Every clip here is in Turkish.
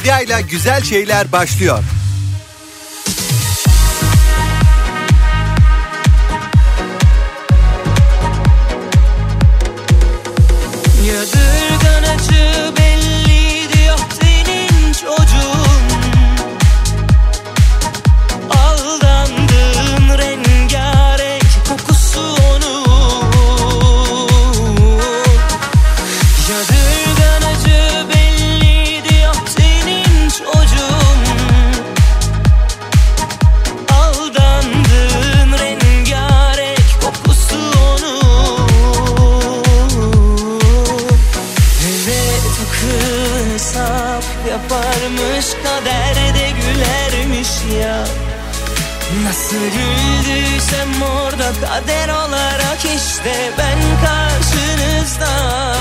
Bedia'yla güzel şeyler başlıyor. Yadırgan acı belliydi, yok senin çocuğun. Aldandığın rengarenk kokusu onun. Yadırgan acı belliydi, yok senin çocuğun. Aldandığın rengarenk kokusu onun. Evet, o kız hesap yaparmış, kaderde gülermiş ya. Nasıl güldüysem orada kader olarak işte ben karşınızda.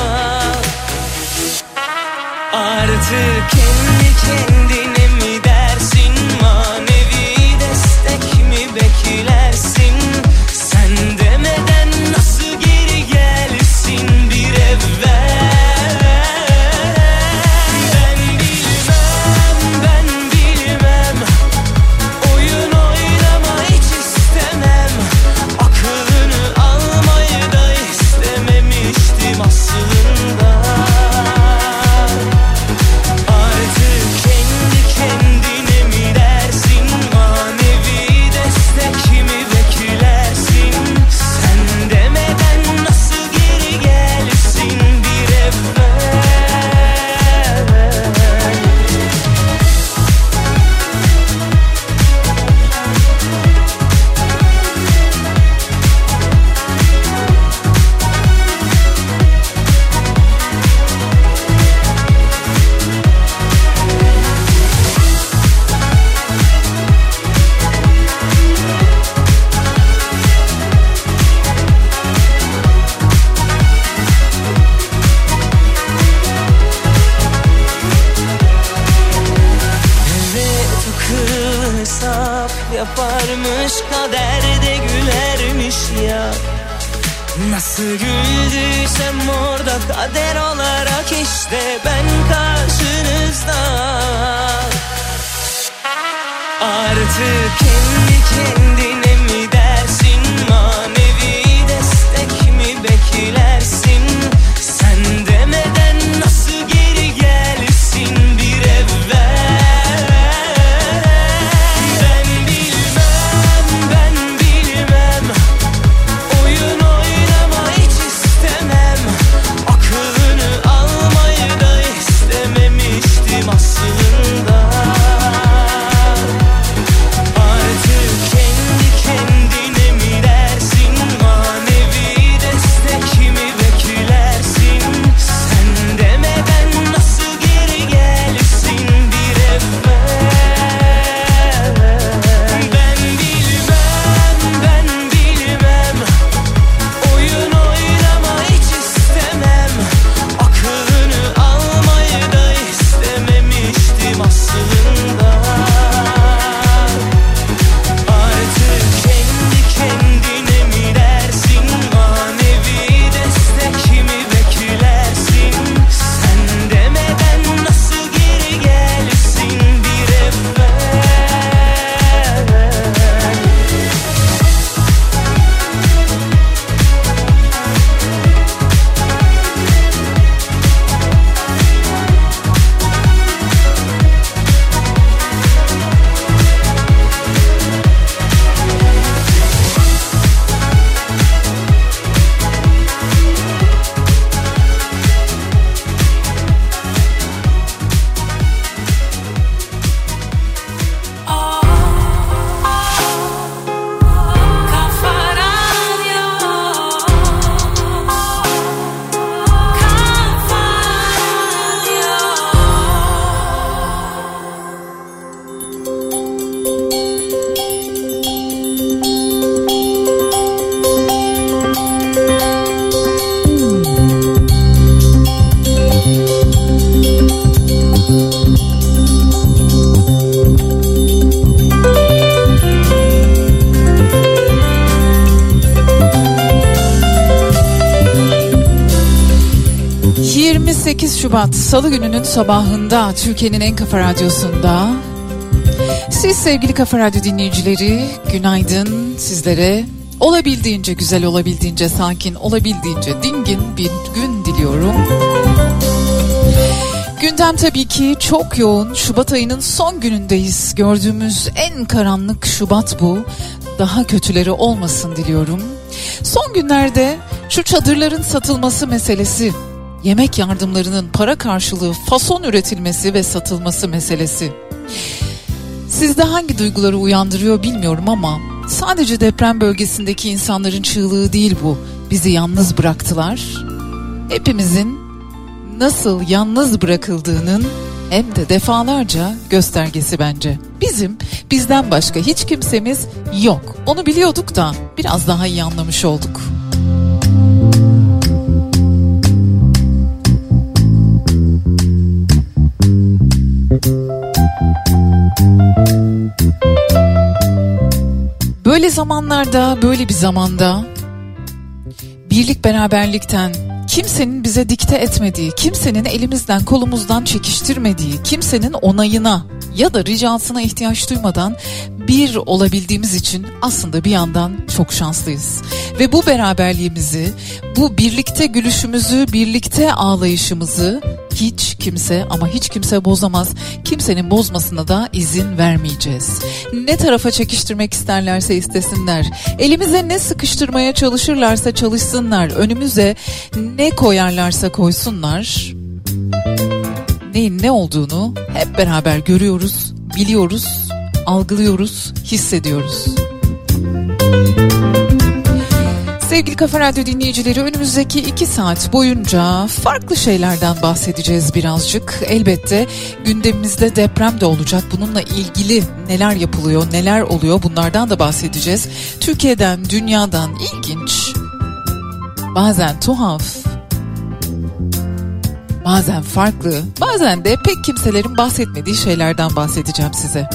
Artık kendi kendine mi dersin, manevi destek mi beklersin? Sen demeden nasıl geri gelsin bir evvel? Ben bilmem, oyun oynama hiç istemem. Aklını almayı da istememiştim aslında. Artık kendi kendine mi dersin, manevi destek mi beklersin? Sen demeden nasıl geri gelsin bir evvel? Evet, o kız hesap yaparmış, kaderde gülermiş ya. Nasıl güldüysem orada kader olarak işte ben karşınızda. Artık kendi kendine mi dersin, manevi destek mi beklersin? Sen demeden nasıl geri gelsin bir evvel? Ben bilmem, oyun oynama hiç istemem. Aklını almayı da istememiştim aslında. Şubat Salı gününün sabahında Türkiye'nin en kafa radyosunda. Siz sevgili Kafa Radyo dinleyicileri, günaydın sizlere. Olabildiğince güzel, olabildiğince sakin, olabildiğince dingin bir gün diliyorum. Gündem tabii ki çok yoğun. Şubat ayının son günündeyiz. Gördüğümüz en karanlık Şubat bu. Daha kötüleri olmasın diliyorum. Son günlerde şu çadırların satılması meselesi, yemek yardımlarının para karşılığı fason üretilmesi ve satılması meselesi. Sizde hangi duyguları uyandırıyor bilmiyorum ama sadece deprem bölgesindeki insanların çığlığı değil bu. Bizi yalnız bıraktılar. Hepimizin nasıl yalnız bırakıldığının hem de defalarca göstergesi bence. Bizden başka hiç kimsemiz yok. Onu biliyorduk da biraz daha iyi anlamış olduk. Böyle zamanlarda, böyle bir zamanda birlik beraberlikten, kimsenin bize dikte etmediği, kimsenin elimizden kolumuzdan çekiştirmediği, kimsenin onayına ya da ricasına ihtiyaç duymadan bir olabildiğimiz için aslında bir yandan çok şanslıyız. Ve bu beraberliğimizi, bu birlikte gülüşümüzü, birlikte ağlayışımızı hiç kimse ama hiç kimse bozamaz. Kimsenin bozmasına da izin vermeyeceğiz. Ne tarafa çekiştirmek isterlerse istesinler. Elimize ne sıkıştırmaya çalışırlarsa çalışsınlar. Önümüze ne koyarlarsa koysunlar. Neyin ne olduğunu hep beraber görüyoruz, biliyoruz, algılıyoruz, hissediyoruz. Sevgili Kafa Radyo dinleyicileri, önümüzdeki 2 saat boyunca farklı şeylerden bahsedeceğiz birazcık. Elbette gündemimizde deprem de olacak. Bununla ilgili neler yapılıyor, neler oluyor, bunlardan da bahsedeceğiz. Türkiye'den, dünyadan ilginç, bazen tuhaf, bazen farklı, bazen de pek kimselerin bahsetmediği şeylerden bahsedeceğim size.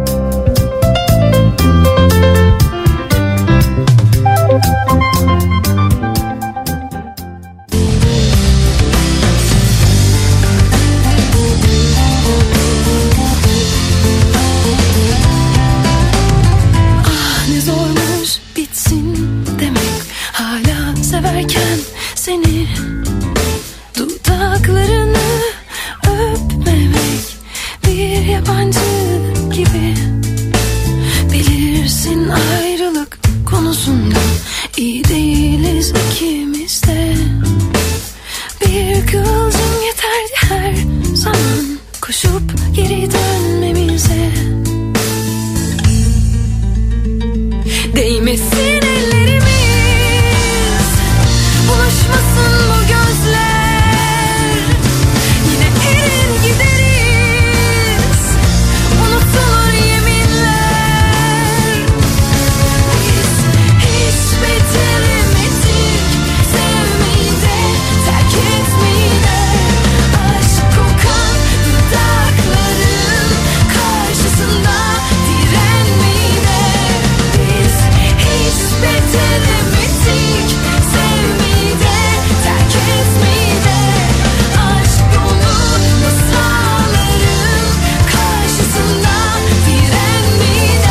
Severken seni, dudaklarını öpmemek bir yabancı gibi. Bilirsin ayrılık konusunda iyi değiliz ikimiz de. Bir kıvılcım yeterdi her zaman koşup geri dönmemize. Değmesin ellerimiz, bulaşmasın bu gözler. Yine erir gideriz, unutulur yeminler. Biz hiç beceremedik sevmeyi de, terk etmeyi de. Aşk kokan dudakların karşısında direnmeyi de. Biz hiç beceremedik sevmeyi de, terk etmeyi de. Aşk dolu masalların karşısında direnmeyi de.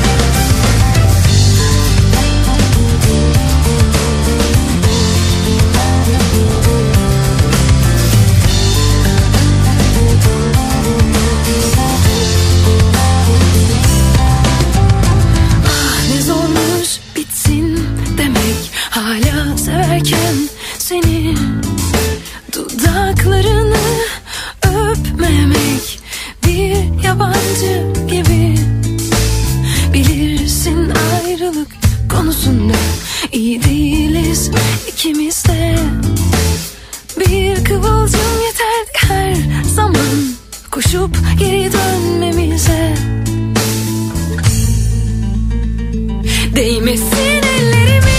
Ah ne zormuş bitsin demek, hala severken seni, dudaklarını öpmemek bir yabancı gibi. Bilirsin ayrılık konusunda iyi değiliz ikimiz de. Bir kıvılcım yeterdi her zaman koşup geri dönmemize. Değmesin ellerimiz,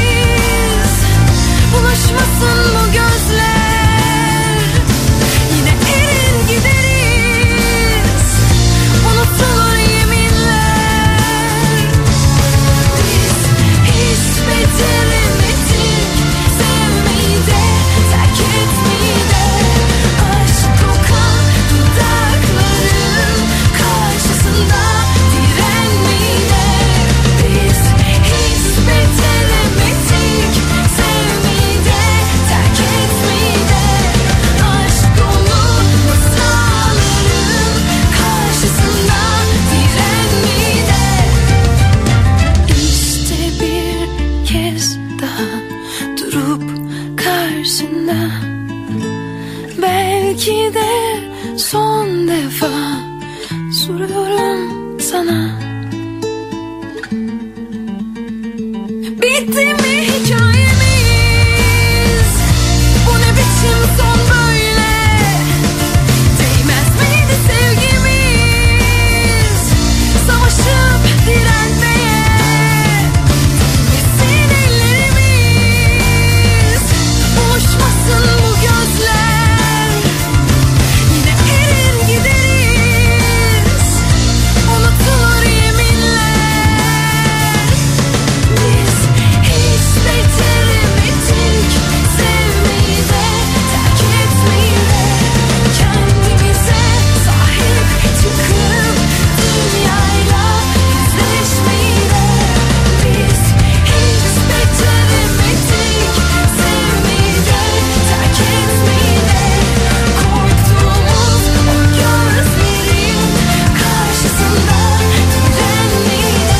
bulaşmasın bu gözler. Yine erir gideriz, unutulur yeminler. Biz hiç beceremedik sevmeyi de, terk etmeyi de. bin defa soruyorum sana. Bitti mi hikayemiz? Bu ne biçim son böyle? Değmez miydi sevgimiz? Savaşıp direnmeye. Bitsin ellerimiz. Buluşmasın bu gözler. Yine erir gideriz. Unutulur yeminler. Biz hiç beceremedik sevmeyi de terk etmeyi de. Kendimize sahip çıkıp dünyayla yüzleşmeyi de. Biz hiç beceremedik sevmeyi de terk etmeyi de. Korktuğumuz o gözlerin karşısında direnmeyi de.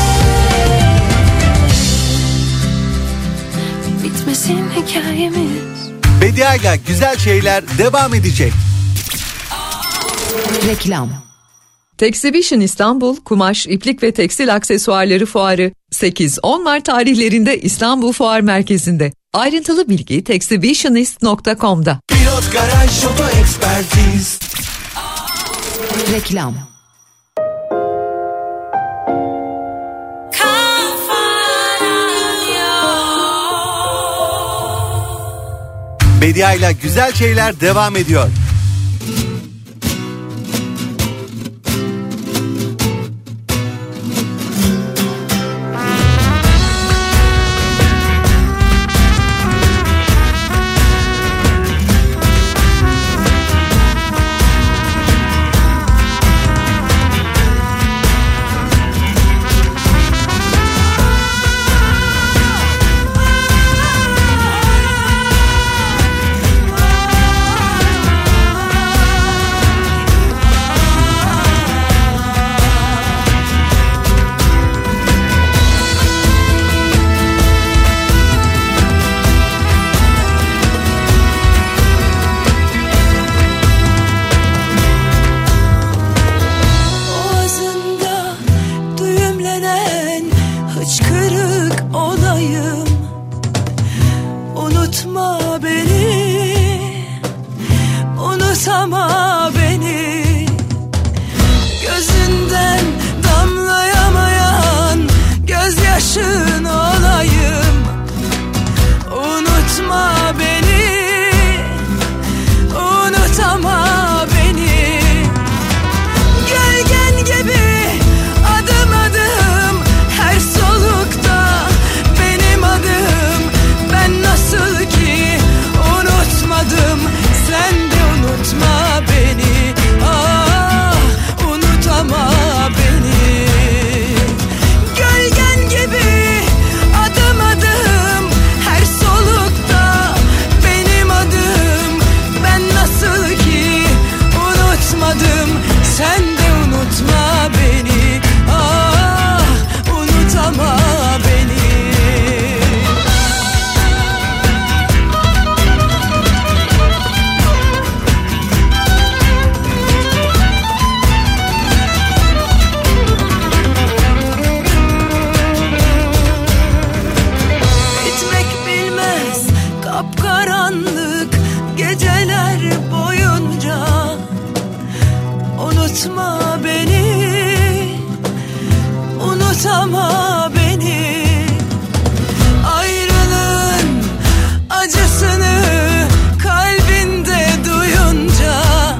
Bitmesin hikayemiz. Bediayla güzel şeyler devam edecek. Reklam. Texibition İstanbul Kumaş, İplik ve Tekstil Aksesuarları Fuarı 8-10 Mart tarihlerinde İstanbul Fuar Merkezi'nde. Ayrıntılı bilgi texibitionist.com'da. Pilot Garaj Oto Ekspertiz. Reklam. Bediayla güzel şeyler devam ediyor. Boğazında düğümlenen hıçkırık olayım. Unutma beni, unutama beni. Gözünden damlayamayan gözyaşın olayım. Unutma beni, unutama beni. Gölgen gibi adım adım her solukta benim adım. Ben nasıl ki unutmadım, sen de unutma beni. Ah, unutama beni. Gölgen gibi adım adım her solukta benim adım. Ben nasıl ki unutmadım, sen de unutma beni. Ah, unutama beni. Bitmek bilmez kapkaranlık geceler boyunca. Unutma beni, unutama beni. Ayrılığın acısını kalbinde duyunca.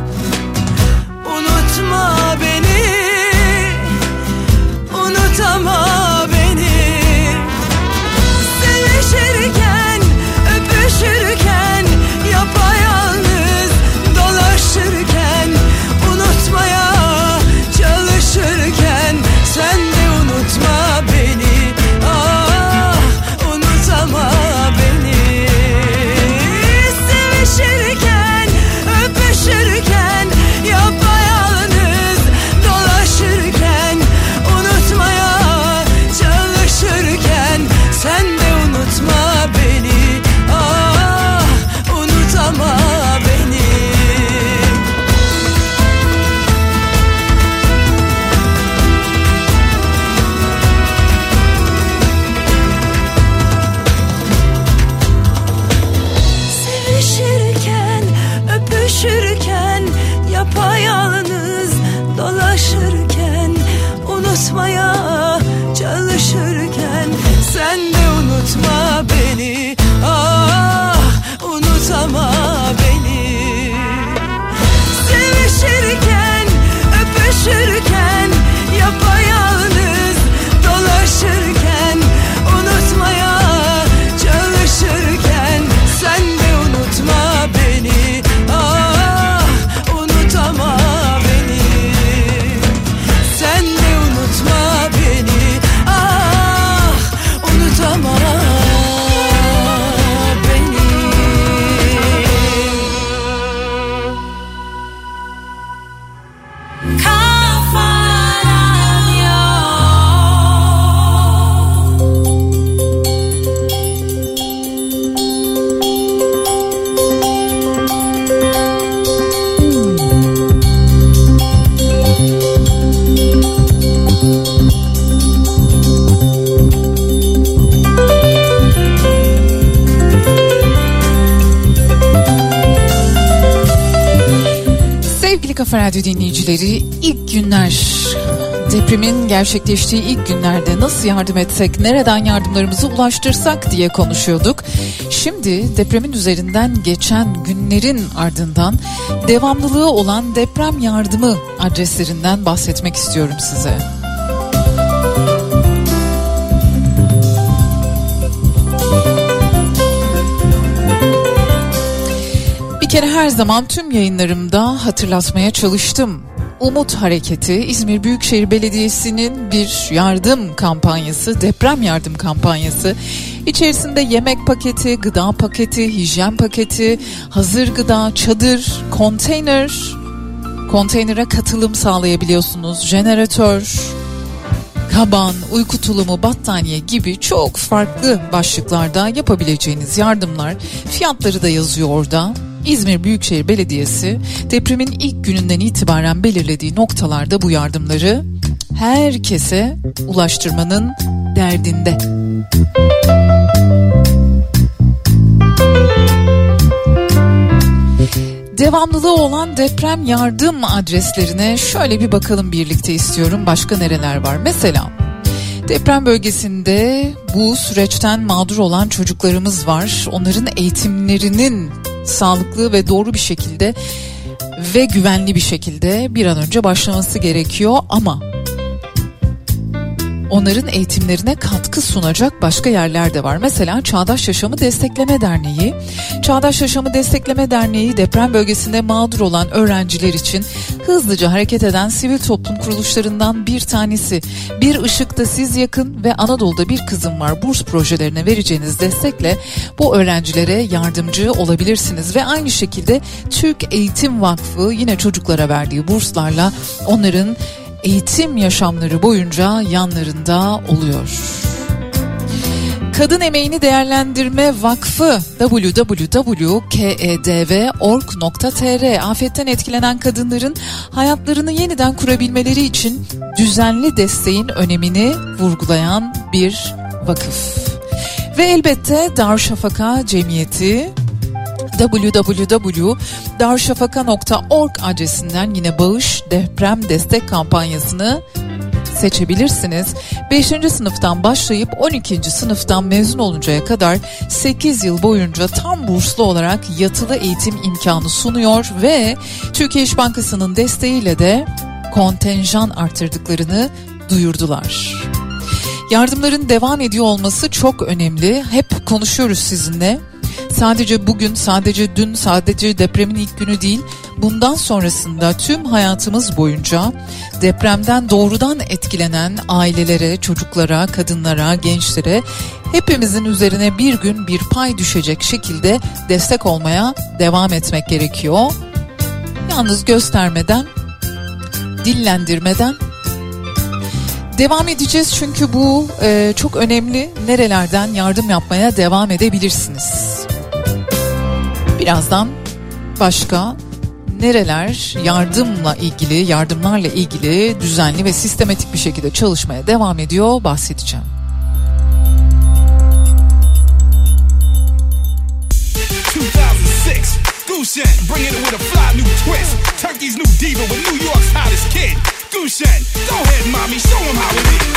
Unutma beni, unutama beni. Sevişirken, öpüşürken, yapayalnız dolaşırken unutmaya kafadan Sevgili Kafa Radyo dinleyicileri, ilk günler, depremin gerçekleştiği ilk günlerde nasıl yardım etsek, nereden yardımlarımızı ulaştırsak diye konuşuyorduk. Şimdi depremin üzerinden geçen günlerin ardından devamlılığı olan deprem yardımı adreslerinden bahsetmek istiyorum size. Bir kere her zaman tüm yayınlarımda hatırlatmaya çalıştım. Umut Hareketi, İzmir Büyükşehir Belediyesi'nin bir yardım kampanyası, deprem yardım kampanyası. İçerisinde yemek paketi, gıda paketi, hijyen paketi, hazır gıda, çadır, konteynere katılım sağlayabiliyorsunuz, jeneratör, kaban, uyku tulumu, battaniye gibi çok farklı başlıklarda yapabileceğiniz yardımlar, fiyatları da yazıyor orada. İzmir Büyükşehir Belediyesi depremin ilk gününden itibaren belirlediği noktalarda bu yardımları herkese ulaştırmanın derdinde. Devamlılığı olan deprem yardım adreslerine şöyle bir bakalım birlikte istiyorum. Başka nereler var? Mesela deprem bölgesinde bu süreçten mağdur olan çocuklarımız var. Onların eğitimlerinin sağlıklı ve doğru bir şekilde ve güvenli bir şekilde bir an önce başlaması gerekiyor ama onların eğitimlerine katkı sunacak başka yerler de var. Mesela Çağdaş Yaşamı Destekleme Derneği. Çağdaş Yaşamı Destekleme Derneği deprem bölgesinde mağdur olan öğrenciler için hızlıca hareket eden sivil toplum kuruluşlarından bir tanesi. Bir Işık'ta Siz Yakın ve Anadolu'da Bir Kızım Var burs projelerine vereceğiniz destekle bu öğrencilere yardımcı olabilirsiniz. Ve aynı şekilde Türk Eğitim Vakfı yine çocuklara verdiği burslarla onların eğitim yaşamları boyunca yanlarında oluyor. Kadın Emeğini Değerlendirme Vakfı www.kedv.org.tr afetten etkilenen kadınların hayatlarını yeniden kurabilmeleri için düzenli desteğin önemini vurgulayan bir vakıf. Ve elbette Darüşşafaka Cemiyeti www.darüşşafaka.org adresinden yine bağış deprem destek kampanyasını seçebilirsiniz. 5. sınıftan başlayıp 12. sınıftan mezun oluncaya kadar 8 yıl boyunca tam burslu olarak yatılı eğitim imkanı sunuyor ve Türkiye İş Bankası'nın desteğiyle de kontenjan artırdıklarını duyurdular. Yardımların devam ediyor olması çok önemli. Hep konuşuyoruz sizinle. Sadece bugün, sadece dün, sadece depremin ilk günü değil, bundan sonrasında tüm hayatımız boyunca depremden doğrudan etkilenen ailelere, çocuklara, kadınlara, gençlere hepimizin üzerine bir gün bir pay düşecek şekilde destek olmaya devam etmek gerekiyor. Yalnız göstermeden, dillendirmeden devam edeceğiz çünkü bu çok önemli. Nerelerden yardım yapmaya devam edebilirsiniz? Birazdan başka nereler yardımlarla ilgili düzenli ve sistematik bir şekilde çalışmaya devam ediyor bahsedeceğim. Gusheng, bringing it with a fly new twist. Turkey's new diva with New York's hottest kid. Gusheng, go ahead, mommy, show him how it is.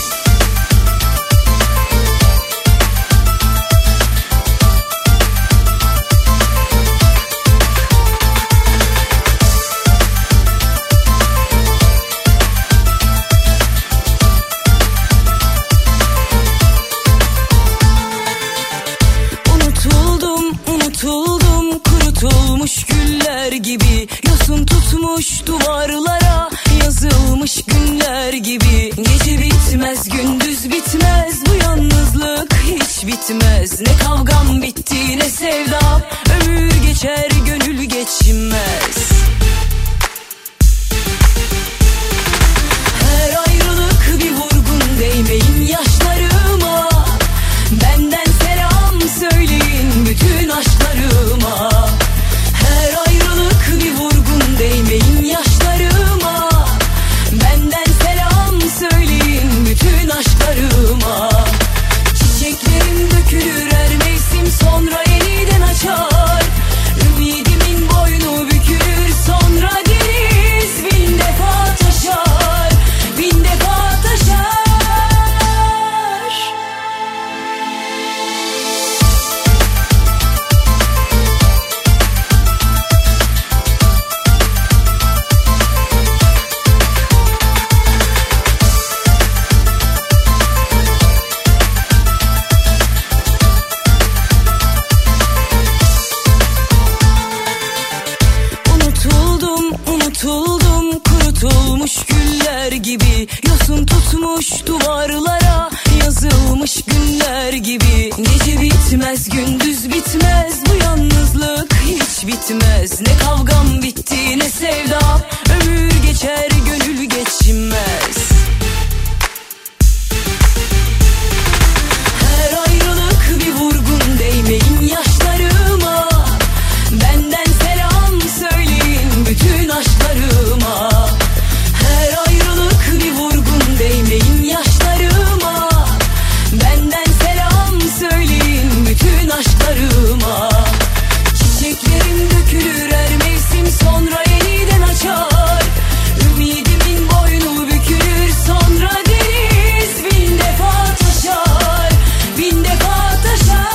Kurutulmuş güller gibi, yosun tutmuş duvarlara, yazılmış günler gibi. Gece bitmez, gündüz bitmez, bu yalnızlık hiç bitmez. Ne kavgam bitti, ne sevdam, ömür geçer, gönül geçmez. bitmez. Ne kavgam bitti ne sevdam. Ömür geçer gönül geçmez. Her ayrılık bir vurgun, değmeyin yaşlarıma. Benden selam söyleyin bütün aşklarıma. Her ayrılık bir vurgun, değmeyin yaşlarıma. Benden selam söyleyin bütün aşklarıma. Çiçeklerim dökülür her mevsim, sonra yeniden açar. Ümidimin boynu bükülür, sonra deniz bin defa taşar. Bin defa taşar.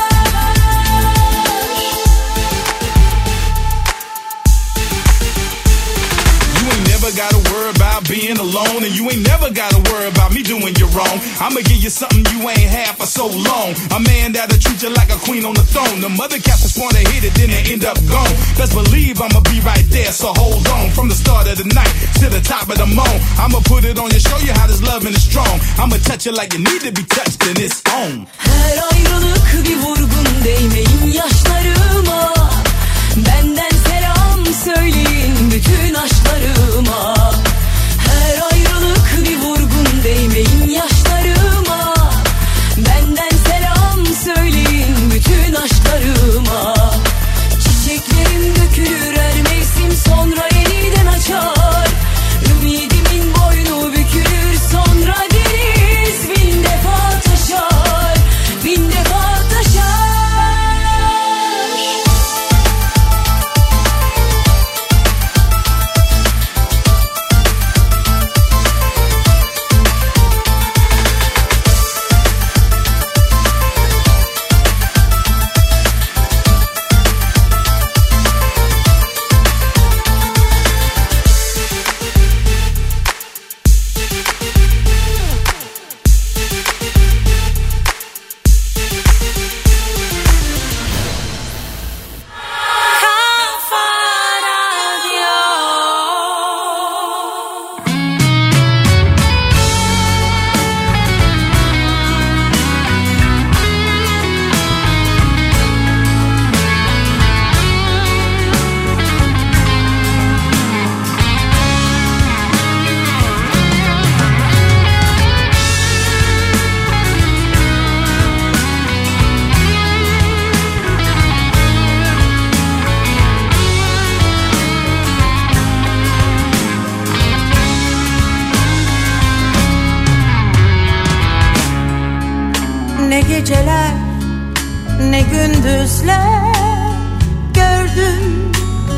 You ain't never gotta worry about being alone, and you ain't never gotta worry about me doing you wrong. I'ma give you something you ain't had for so long. A man that'll treat you like a queen on the throne. The mother cats wanna hit it, then they end up gone. Best believe I'ma be right there, so hold on. From the start of the night to the top of the moan, I'ma put it on you, show you how this loving is strong. I'ma touch you like you need to be touched, and it's on. Her ayrılık bir vurgun, değmeyin yaşlarıma. Benden selam söyleyin bütün aşklarıma. Her ayrılık bir vurgun, değmeyin yaşlarıma. Benden selam söyleyin bütün aşklarıma. Çiçeklerim dökülür her mevsim, sonra yeniden açar. Ümidimin boynu bükülür, sonra deniz bin defa taşar. Bin defa taşar. Ne geceler ne gündüzler gördüm,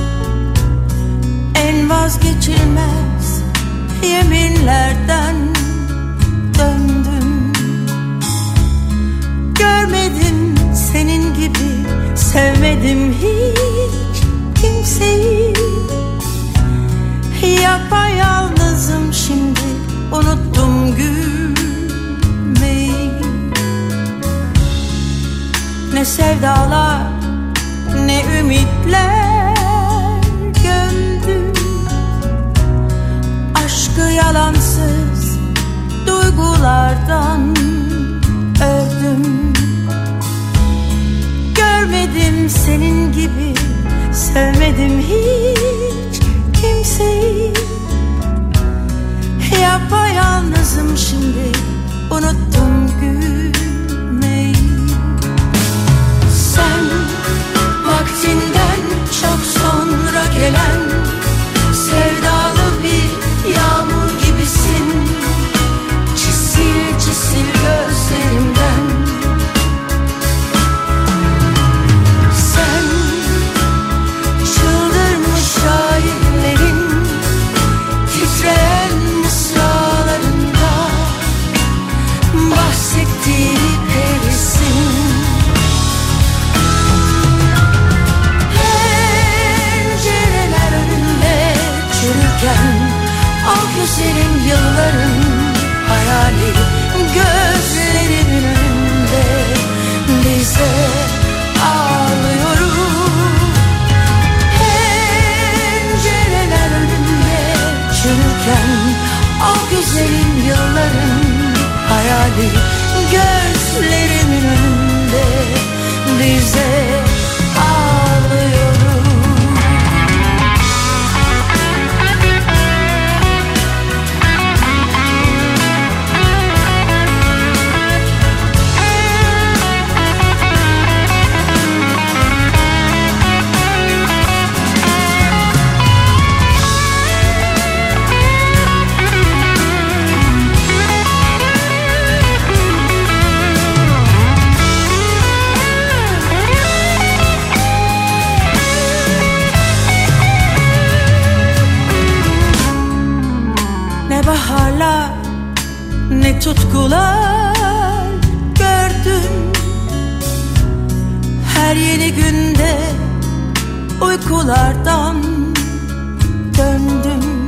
en vazgeçilmez yeminlerden döndüm. Görmedim senin gibi, sevmedim hiç kimseyi. Yapayalnızım şimdi, unuttum gülmeyi. Ne sevdalar ne ümitler gömdüm, aşkı yalansız duygulardan ördüm. Görmedim senin gibi, sevmedim hiç kimseyi. Yapayalnızım şimdi, unuttum gülmeyi. Sen vaktinden çok sonra gelen sevdalı bir yağmur gibisin. Çisil çisil gözlerimden. Sen çıldırmış şairlerin titreyen mısralarında bahsettiği perisin. Pencereler önünde çürürken o güzelim yılların hayali gözlerimin önünde bize ağlıyorum. Pencereler önünde çürürken o güzelim yılların hayali gözlerimin önünde bize ağlıyorum. Yeni tutkular gördüm. Her yeni günde uykulardan döndüm.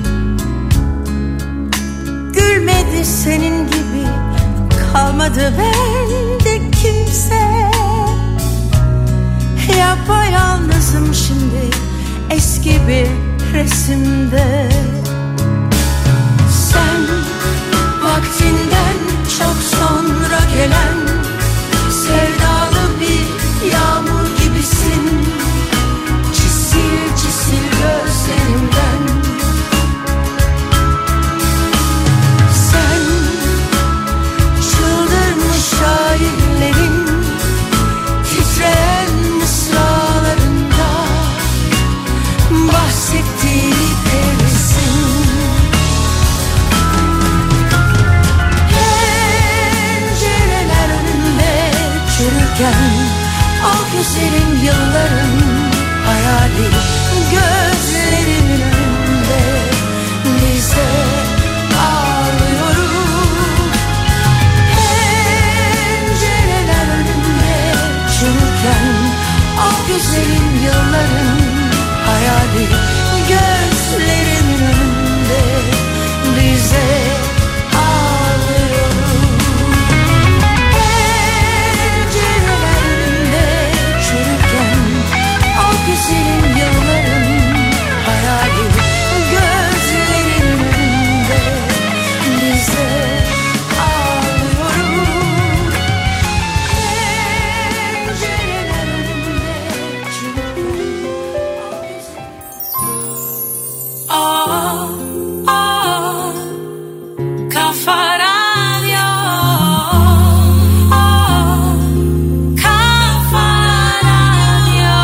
Gülmedi senin gibi, kalmadı bende kimse. Yapayalnızım şimdi, eski bir resimde. Sen vaktinden çok sonra gelen sevdalı bir yağmur gibisin. Çisil çisil gözlerimden. Sen çıldırmış şairlerin titreyen mısralarında bahsettiği perisin. Pencereler önünde çürürken o güzelim yılların hayali gözlerimin önünde. Bize ağlıyorum. Pencereler önünde çürürken o güzelim yılların hayali gözlerimin önünde. Bize ağlıyorum. Pencereler önünde çürürken o güzelim yılların hayali gözlerimin önünde. Bize ağlıyorum. Pencereler önünde çürürken o güzelim. Kafa Radyo. Kafa Radyo.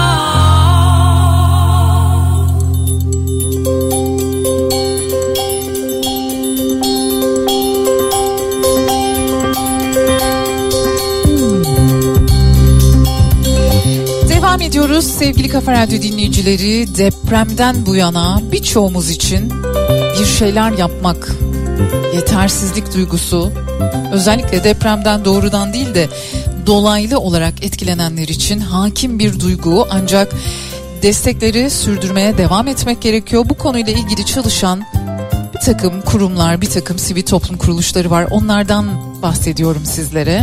Devam ediyoruz sevgili Kafa Radyo dinleyicileri. Depremden bu yana birçoğumuz için bir şeyler yapmak, yetersizlik duygusu, özellikle depremden doğrudan değil de dolaylı olarak etkilenenler için hakim bir duygu, ancak destekleri sürdürmeye devam etmek gerekiyor. Bu konuyla ilgili çalışan bir takım kurumlar, bir takım sivil toplum kuruluşları var. Onlardan bahsediyorum sizlere.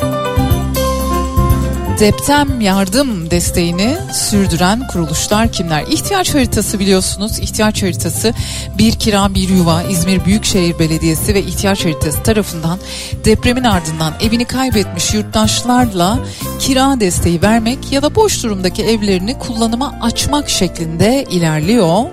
Deprem yardım desteğini sürdüren kuruluşlar kimler? İhtiyaç haritası biliyorsunuz. İhtiyaç haritası Bir Kira Bir Yuva, İzmir Büyükşehir Belediyesi ve İhtiyaç haritası tarafından depremin ardından evini kaybetmiş yurttaşlarla kira desteği vermek ya da boş durumdaki evlerini kullanıma açmak şeklinde ilerliyor.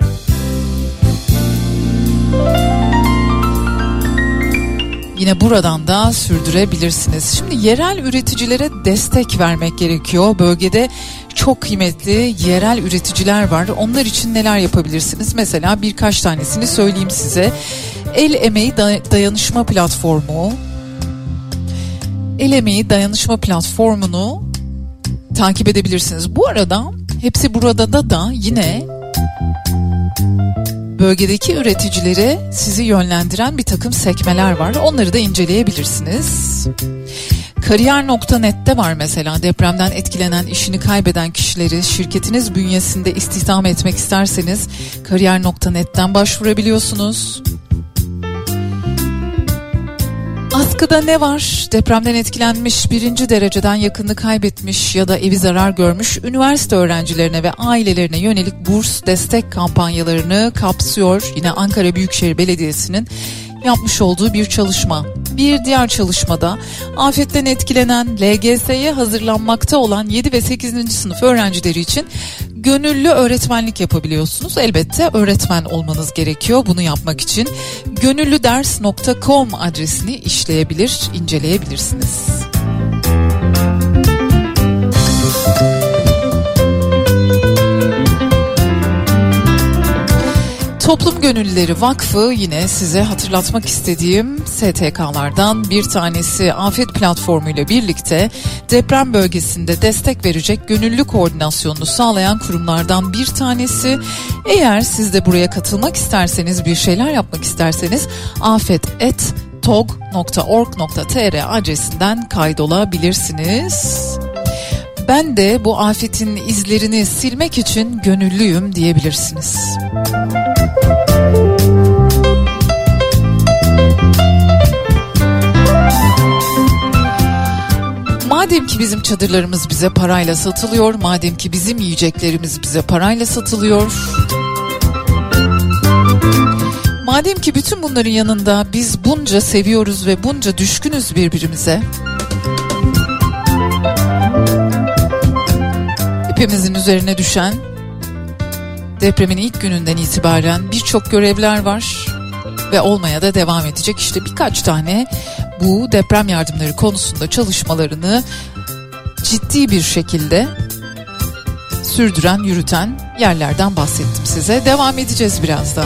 Yine buradan da sürdürebilirsiniz. Şimdi yerel üreticilere destek vermek gerekiyor. Bölgede çok kıymetli yerel üreticiler var. Onlar için neler yapabilirsiniz? Mesela birkaç tanesini söyleyeyim size. El Emeği Dayanışma Platformu. El Emeği Dayanışma Platformu'nu takip edebilirsiniz. Bu arada Hepsi Burada da yine bölgedeki üreticilere sizi yönlendiren bir takım sekmeler var. Onları da inceleyebilirsiniz. Kariyer.net'te var mesela, depremden etkilenen, işini kaybeden kişileri şirketiniz bünyesinde istihdam etmek isterseniz Kariyer.net'ten başvurabiliyorsunuz. Askıda ne var? Depremden etkilenmiş, birinci dereceden yakınını kaybetmiş ya da evi zarar görmüş üniversite öğrencilerine ve ailelerine yönelik burs destek kampanyalarını kapsıyor. Yine Ankara Büyükşehir Belediyesi'nin yapmış olduğu bir çalışma. Bir diğer çalışmada afetten etkilenen, LGS'ye hazırlanmakta olan 7 ve 8. sınıf öğrencileri için gönüllü öğretmenlik yapabiliyorsunuz. Elbette öğretmen olmanız gerekiyor bunu yapmak için. Gönüllüders.com adresini inceleyebilirsiniz. Toplum Gönüllüleri Vakfı yine size hatırlatmak istediğim STK'lardan bir tanesi. Afet Platformu ile birlikte deprem bölgesinde destek verecek gönüllü koordinasyonunu sağlayan kurumlardan bir tanesi. Eğer siz de buraya katılmak isterseniz, bir şeyler yapmak isterseniz afet@ tog.org.tr adresinden kaydolabilirsiniz. Ben de bu afetin izlerini silmek için gönüllüyüm diyebilirsiniz. Madem ki bizim çadırlarımız bize parayla satılıyor, madem ki bizim yiyeceklerimiz bize parayla satılıyor, madem ki bütün bunların yanında biz bunca seviyoruz ve bunca düşkünüz birbirimize, hepimizin üzerine düşen depremin ilk gününden itibaren birçok görevler var ve olmaya da devam edecek. İşte birkaç tane bu deprem yardımları konusunda çalışmalarını ciddi bir şekilde sürdüren, yürüten yerlerden bahsettim size. Devam edeceğiz birazdan.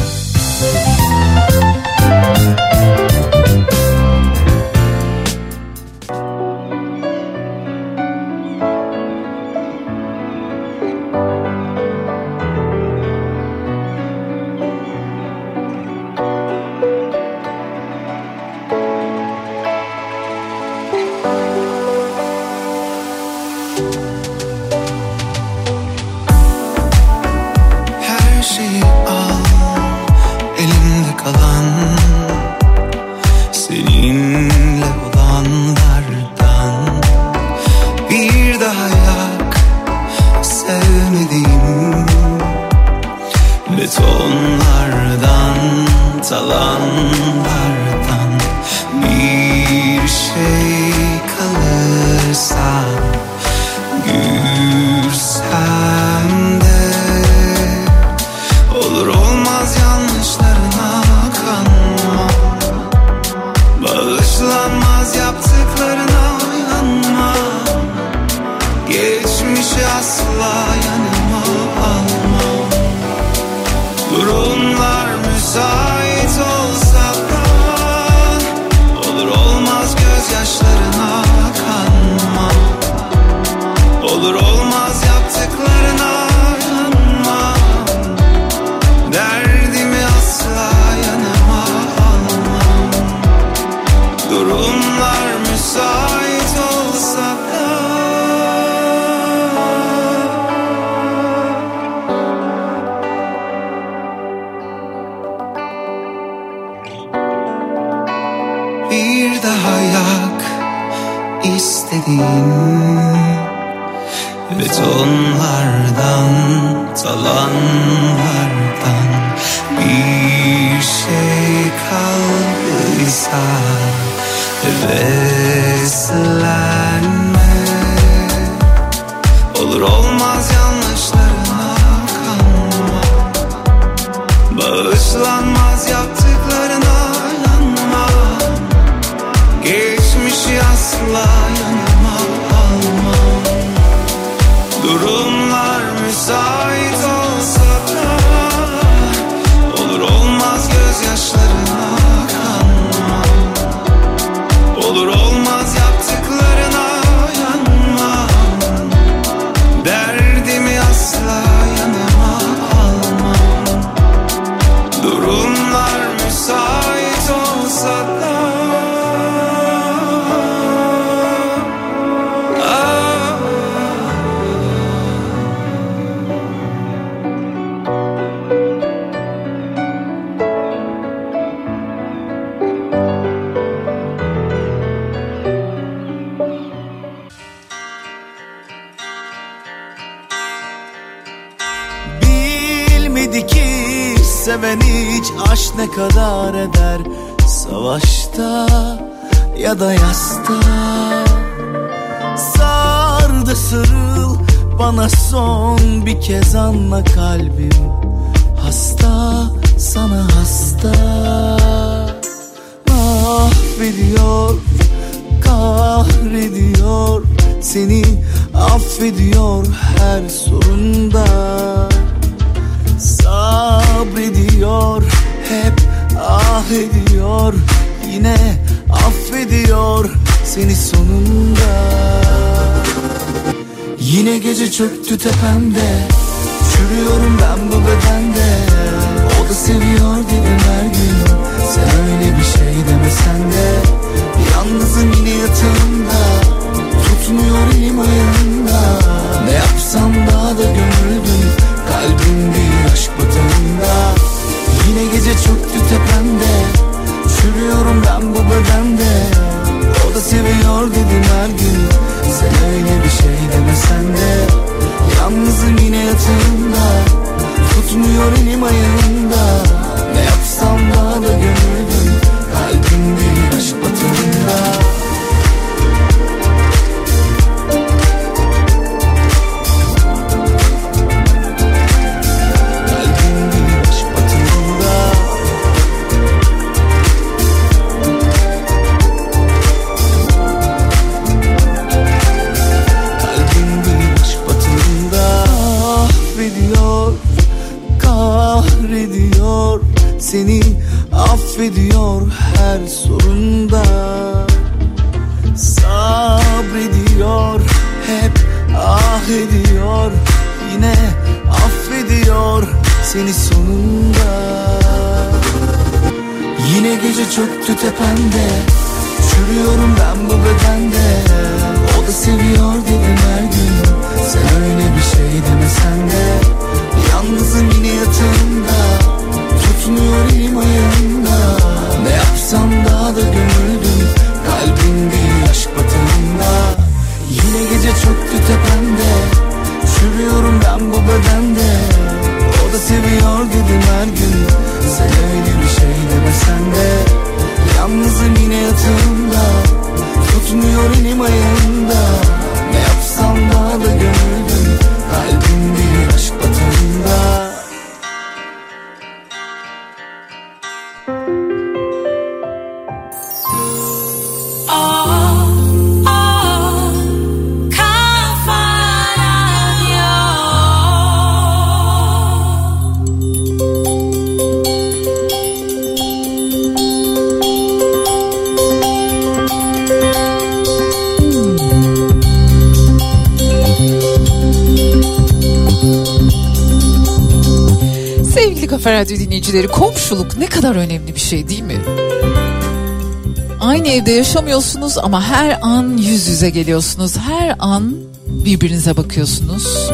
Ne kadar eder savaşta ya da yasta. Sar da sarıl bana son bir kez, anla kalbim hasta, sana hasta. Mahvediyor, kahrediyor, seni affediyor her sorunda. Sabrediyor, hep ah ediyor, yine affediyor seni sonunda. Yine gece çöktü tepemde, çürüyorum ben bu bedende. O da seviyor dedim her gün, sen öyle bir şey demesen de. sende. Yalnızım yine yatağımda, tutmuyor elim ayağımda. Ne yapsam daha da gönüldüm, kalbim değil aşk batımda. Kahrediyor, seni affediyor her sorunda. Sabrediyor, hep ah ediyor, yine affediyor seni sonunda. Yine gece çöktü tepemde, çürüyorum ben bu bedende. O da seviyor dedim her gün, sen öyle bir şey demesen de. Yalnızım yine yatağımda, tutmuyor elim ayağımda. Ne yapsam daha da gönüldüm, kalbim değil aşk batımında. Yine gece çöktü tepemde, çürüyorum ben bu bedende. O da seviyor dedim her gün, sen öyle bir şey demesen de. Yalnızım yine yatağımda, tutmuyor elim ayağımda. Ne yapsam daha da gönüldüm, kalbim değil aşk batımında. Sevgili Kafa Radyo dinleyicileri, komşuluk ne kadar önemli bir şey değil mi? Aynı evde yaşamıyorsunuz ama her an yüz yüze geliyorsunuz. Her an birbirinize bakıyorsunuz.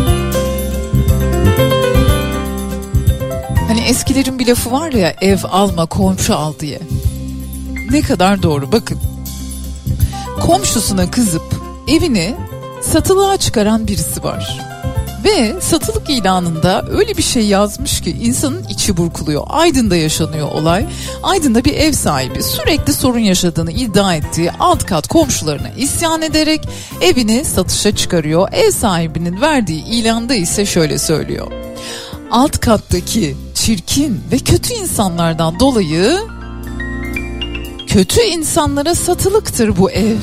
Hani eskilerin bir lafı var ya, ev alma komşu al diye. Ne kadar doğru, bakın. Komşusuna kızıp evini satılığa çıkaran birisi var. Ve satılık ilanında öyle bir şey yazmış ki insanın içi burkuluyor. Aydın'da yaşanıyor olay. Aydın'da bir ev sahibi sürekli sorun yaşadığını iddia ettiği alt kat komşularına isyan ederek evini satışa çıkarıyor. Ev sahibinin verdiği ilanda ise şöyle söylüyor: alt kattaki çirkin ve kötü insanlardan dolayı kötü insanlara satılıktır bu ev.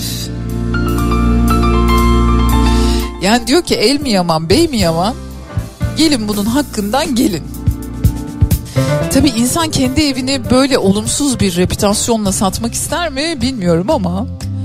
Yani diyor ki, el mi yaman bey mi yaman, gelin bunun hakkından gelin. Tabii insan kendi evini böyle olumsuz bir reputasyonla satmak ister mi bilmiyorum ama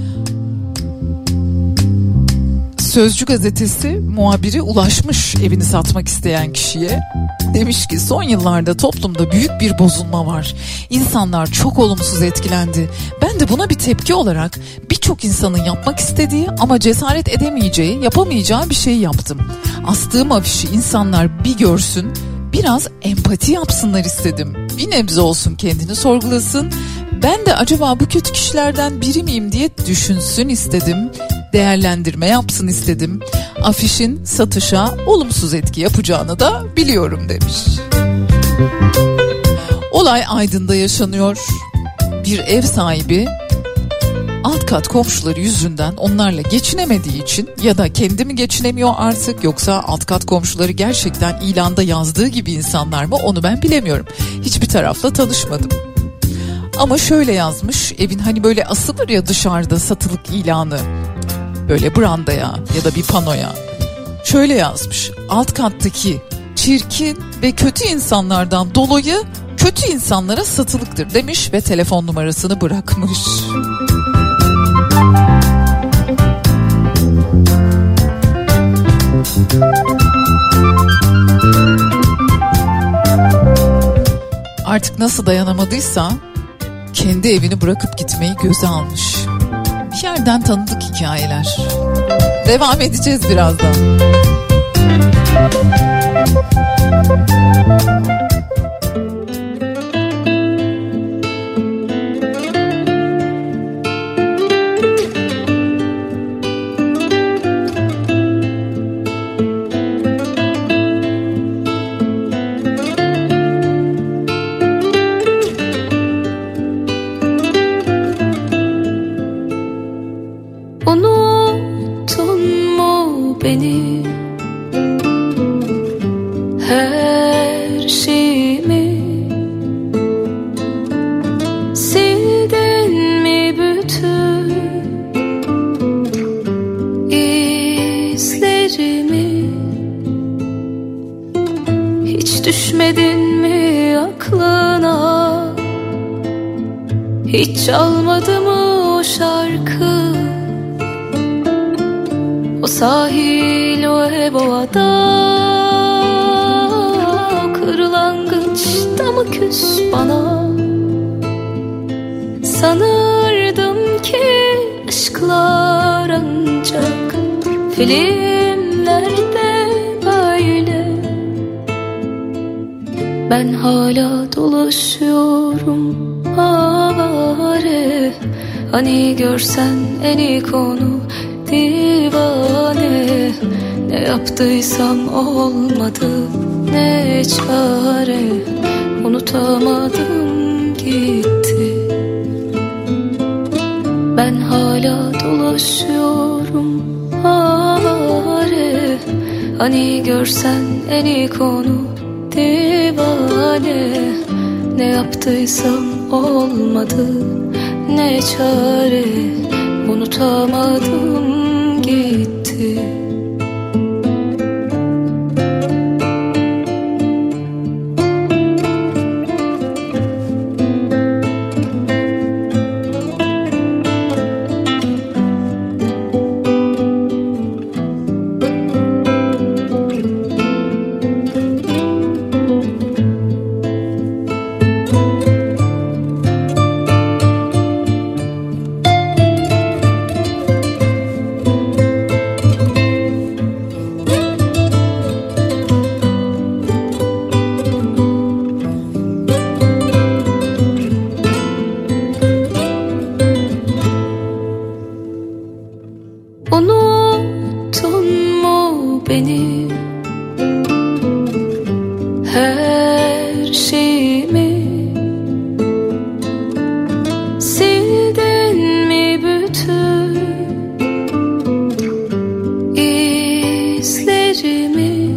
Sözcü gazetesi muhabiri ulaşmış evini satmak isteyen kişiye. Demiş ki son yıllarda toplumda büyük bir bozulma var. İnsanlar çok olumsuz etkilendi. Ben de buna bir tepki olarak birçok insanın yapmak istediği ama cesaret edemeyeceği, yapamayacağı bir şey yaptım. Astığım afişi insanlar bir görsün, biraz empati yapsınlar istedim. Bir nebze olsun kendini sorgulasın. Ben de acaba bu kötü kişilerden biri miyim diye düşünsün istedim. Değerlendirme yapsın istedim. Afişin satışa olumsuz etki yapacağını da biliyorum demiş. Olay Aydın'da yaşanıyor. Bir ev sahibi alt kat komşuları yüzünden onlarla geçinemediği için, ya da kendi mi geçinemiyor artık, yoksa alt kat komşuları gerçekten ilanda yazdığı gibi insanlar mı, onu ben bilemiyorum. Hiçbir tarafla tanışmadım. Ama şöyle yazmış, evin hani böyle asılır ya dışarıda satılık ilanı, böyle brandaya ya da bir panoya. Şöyle yazmış: alt kattaki çirkin ve kötü insanlardan dolayı kötü insanlara satılıktır demiş ve telefon numarasını bırakmış. Artık nasıl dayanamadıysa kendi evini bırakıp gitmeyi göze almış. Bir yerden tanıdık hikayeler. Devam edeceğiz birazdan. Hiç çalmadı mı o şarkı? O sahil, o ev, o ada. Kırlangıçta mı küs bana? Sanırdım ki aşklar ancak filmlerde böyle. Ben hala dolaşıyorum avare. Hani görsen en iyi konu divane. Ne yaptıysam olmadı, ne çare. Unutamadım gitti. Ben hala dolaşıyorum avare. Hani görsen en iyi konu divane. Ne yaptıysam olmadı, ne çare. Unutamadım gitti. Unuttun mu beni? Her şeyimi sildin mi bütün izlerimi?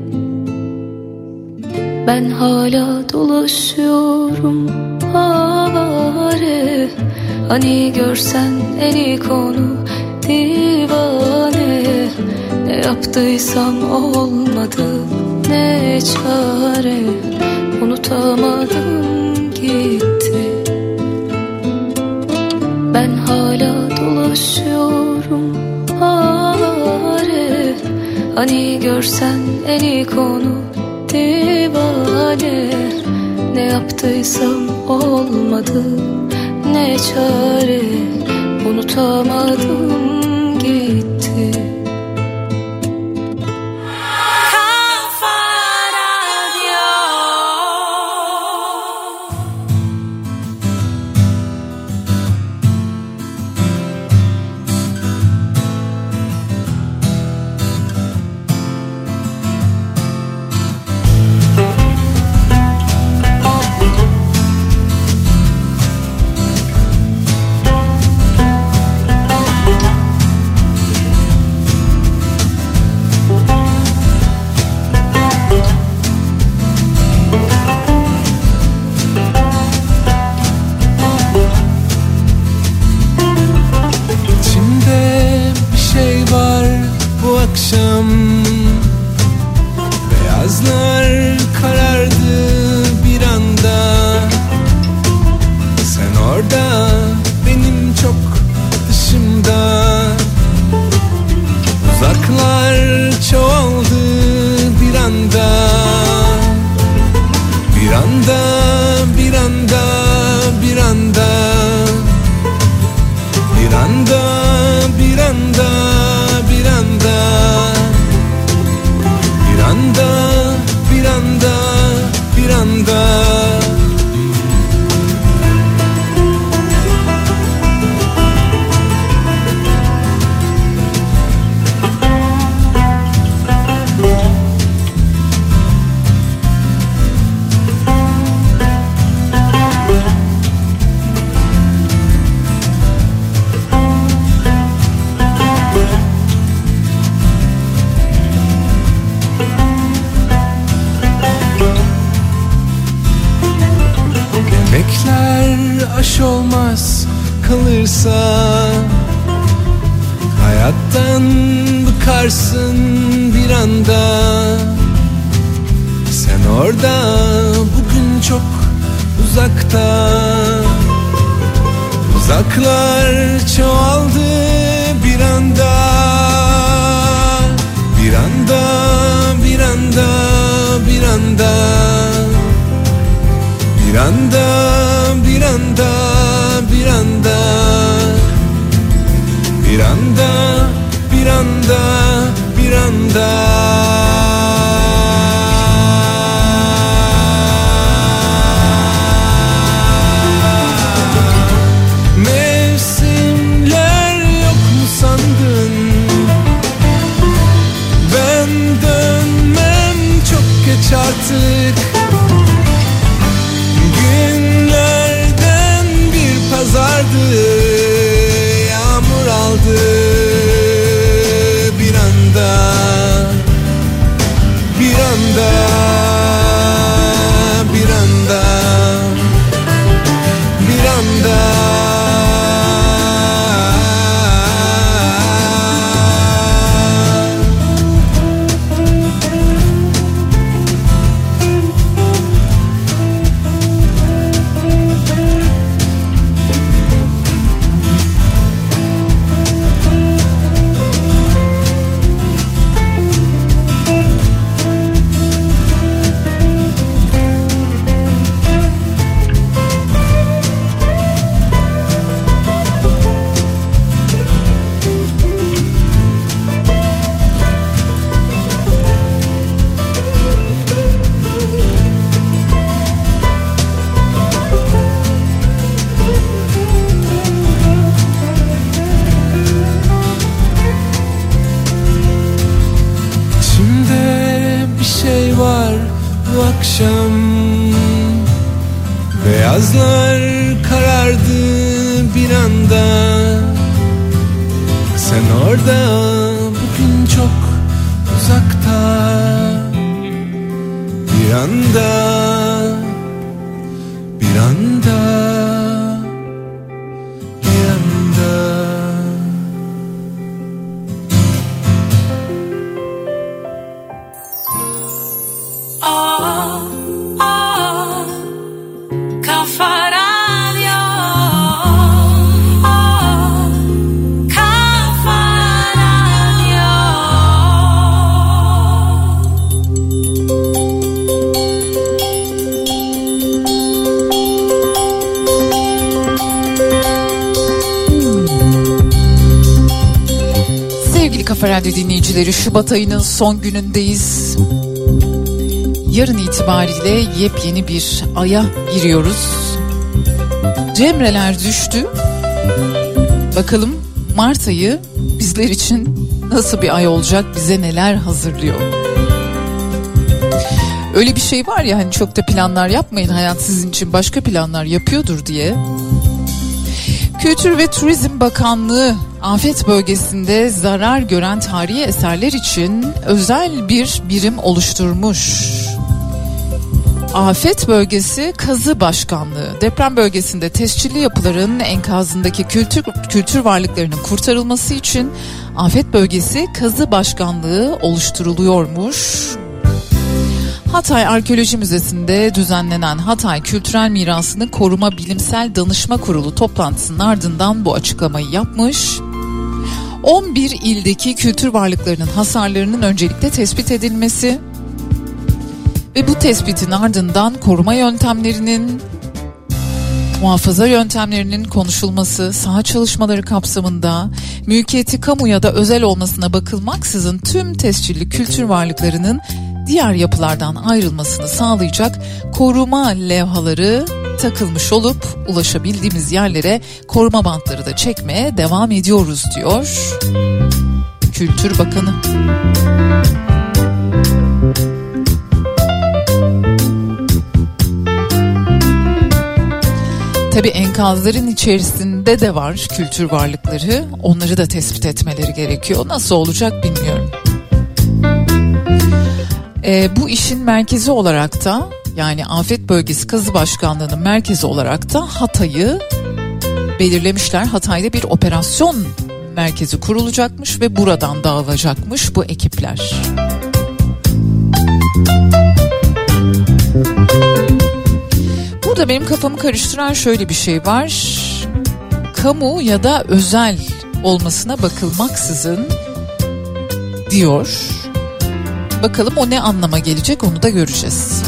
Ben hala dolaşıyorum avare. Hani görsen en iyi konu divane. Ne yaptıysam olmadı, ne çare. Unutamadım gitti. Ben hala dolaşıyorum avare. Hani görsen en iyi konu divane. Ne yaptıysam olmadı, ne çare. Unutamadım gitti. Akşam beyazlar karardı bir anda. Sen orada, benim çok dışımda. Uzaklar çoğaldı bir anda. Bir anda, bir anda, bir anda. Bir anda, bir anda, bir anda. Bir anda, bir anda, bir anda. Aş olmaz kalırsa, hayattan bıkarsın bir anda. Sen orada, bugün çok uzakta. Uzaklar çoğaldı bir anda. Bir anda, bir anda, bir anda. Bir anda, bir anda, bir anda. Bir anda, bir anda, bir anda. Mevsimler yok mu sandın? Ben dönmem çok geç artık. Günlerden bir pazardı, yağmur aldı bir anda, bir anda, bir anda, bir anda. Akşam beyazlar karardı bir anda. Sen orada, bugün çok uzakta. Bir anda, bir anda, bir anda. Kafa Radyo. Sevgili Kafa Radyo dinleyicileri, Şubat ayının son günündeyiz. Yarın itibariyle yepyeni bir aya giriyoruz. Cemreler düştü. Bakalım Mart ayı bizler için nasıl bir ay olacak, bize neler hazırlıyor? Öyle bir şey var ya, hani çok da planlar yapmayın, hayat sizin için başka planlar yapıyordur diye. Kültür ve Turizm Bakanlığı afet bölgesinde zarar gören tarihi eserler için özel bir birim oluşturmuş. Afet Bölgesi Kazı Başkanlığı, deprem bölgesinde tescilli yapıların enkazındaki kültür varlıklarının kurtarılması için Afet Bölgesi Kazı Başkanlığı oluşturuluyormuş. Hatay Arkeoloji Müzesi'nde düzenlenen Hatay Kültürel Mirasını Koruma Bilimsel Danışma Kurulu toplantısının ardından bu açıklamayı yapmış. 11 ildeki kültür varlıklarının hasarlarının öncelikle tespit edilmesi ve bu tespitin ardından koruma yöntemlerinin, muhafaza yöntemlerinin konuşulması, saha çalışmaları kapsamında mülkiyeti kamu ya da özel olmasına bakılmaksızın tüm tescilli kültür varlıklarının diğer yapılardan ayrılmasını sağlayacak koruma levhaları takılmış olup ulaşabildiğimiz yerlere koruma bantları da çekmeye devam ediyoruz diyor Kültür Bakanı. Tabii enkazların içerisinde de var kültür varlıkları. Onları da tespit etmeleri gerekiyor. Nasıl olacak bilmiyorum. Bu işin merkezi olarak da, yani Afet Bölgesi Kazı Başkanlığı'nın merkezi olarak da Hatay'ı belirlemişler. Hatay'da bir operasyon merkezi kurulacakmış ve buradan dağılacakmış bu ekipler. Burada benim kafamı karıştıran şöyle bir şey var. kamu ya da özel olmasına bakılmaksızın diyor. Bakalım o ne anlama gelecek, onu da göreceğiz.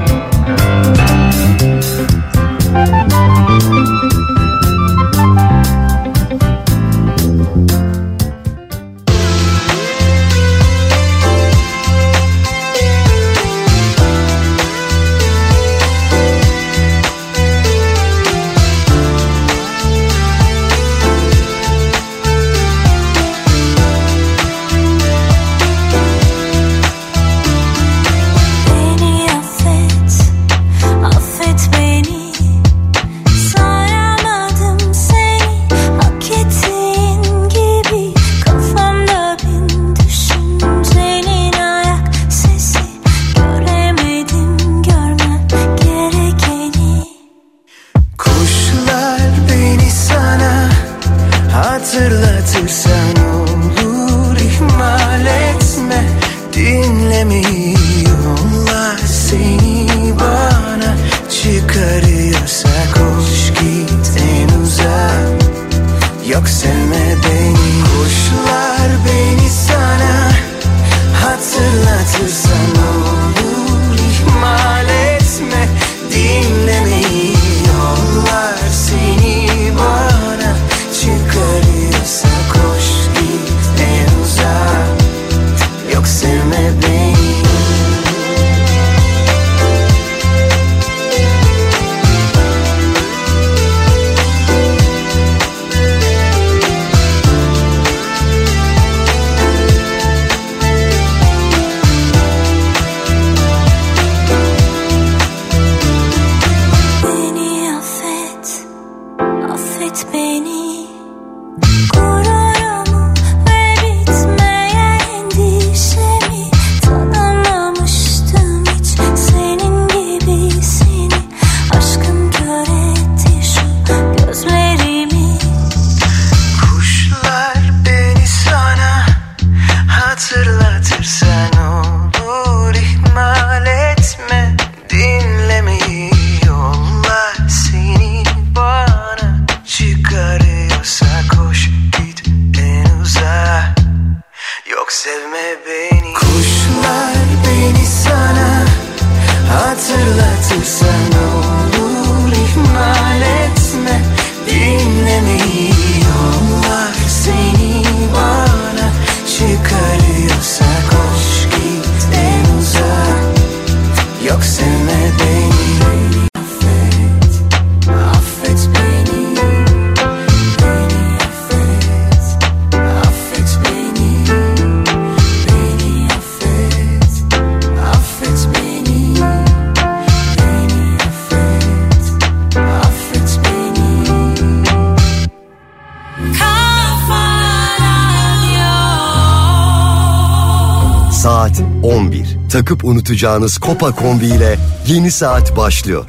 Saat 11. Takıp unutacağınız Kopa Kombi ile yeni saat başlıyor.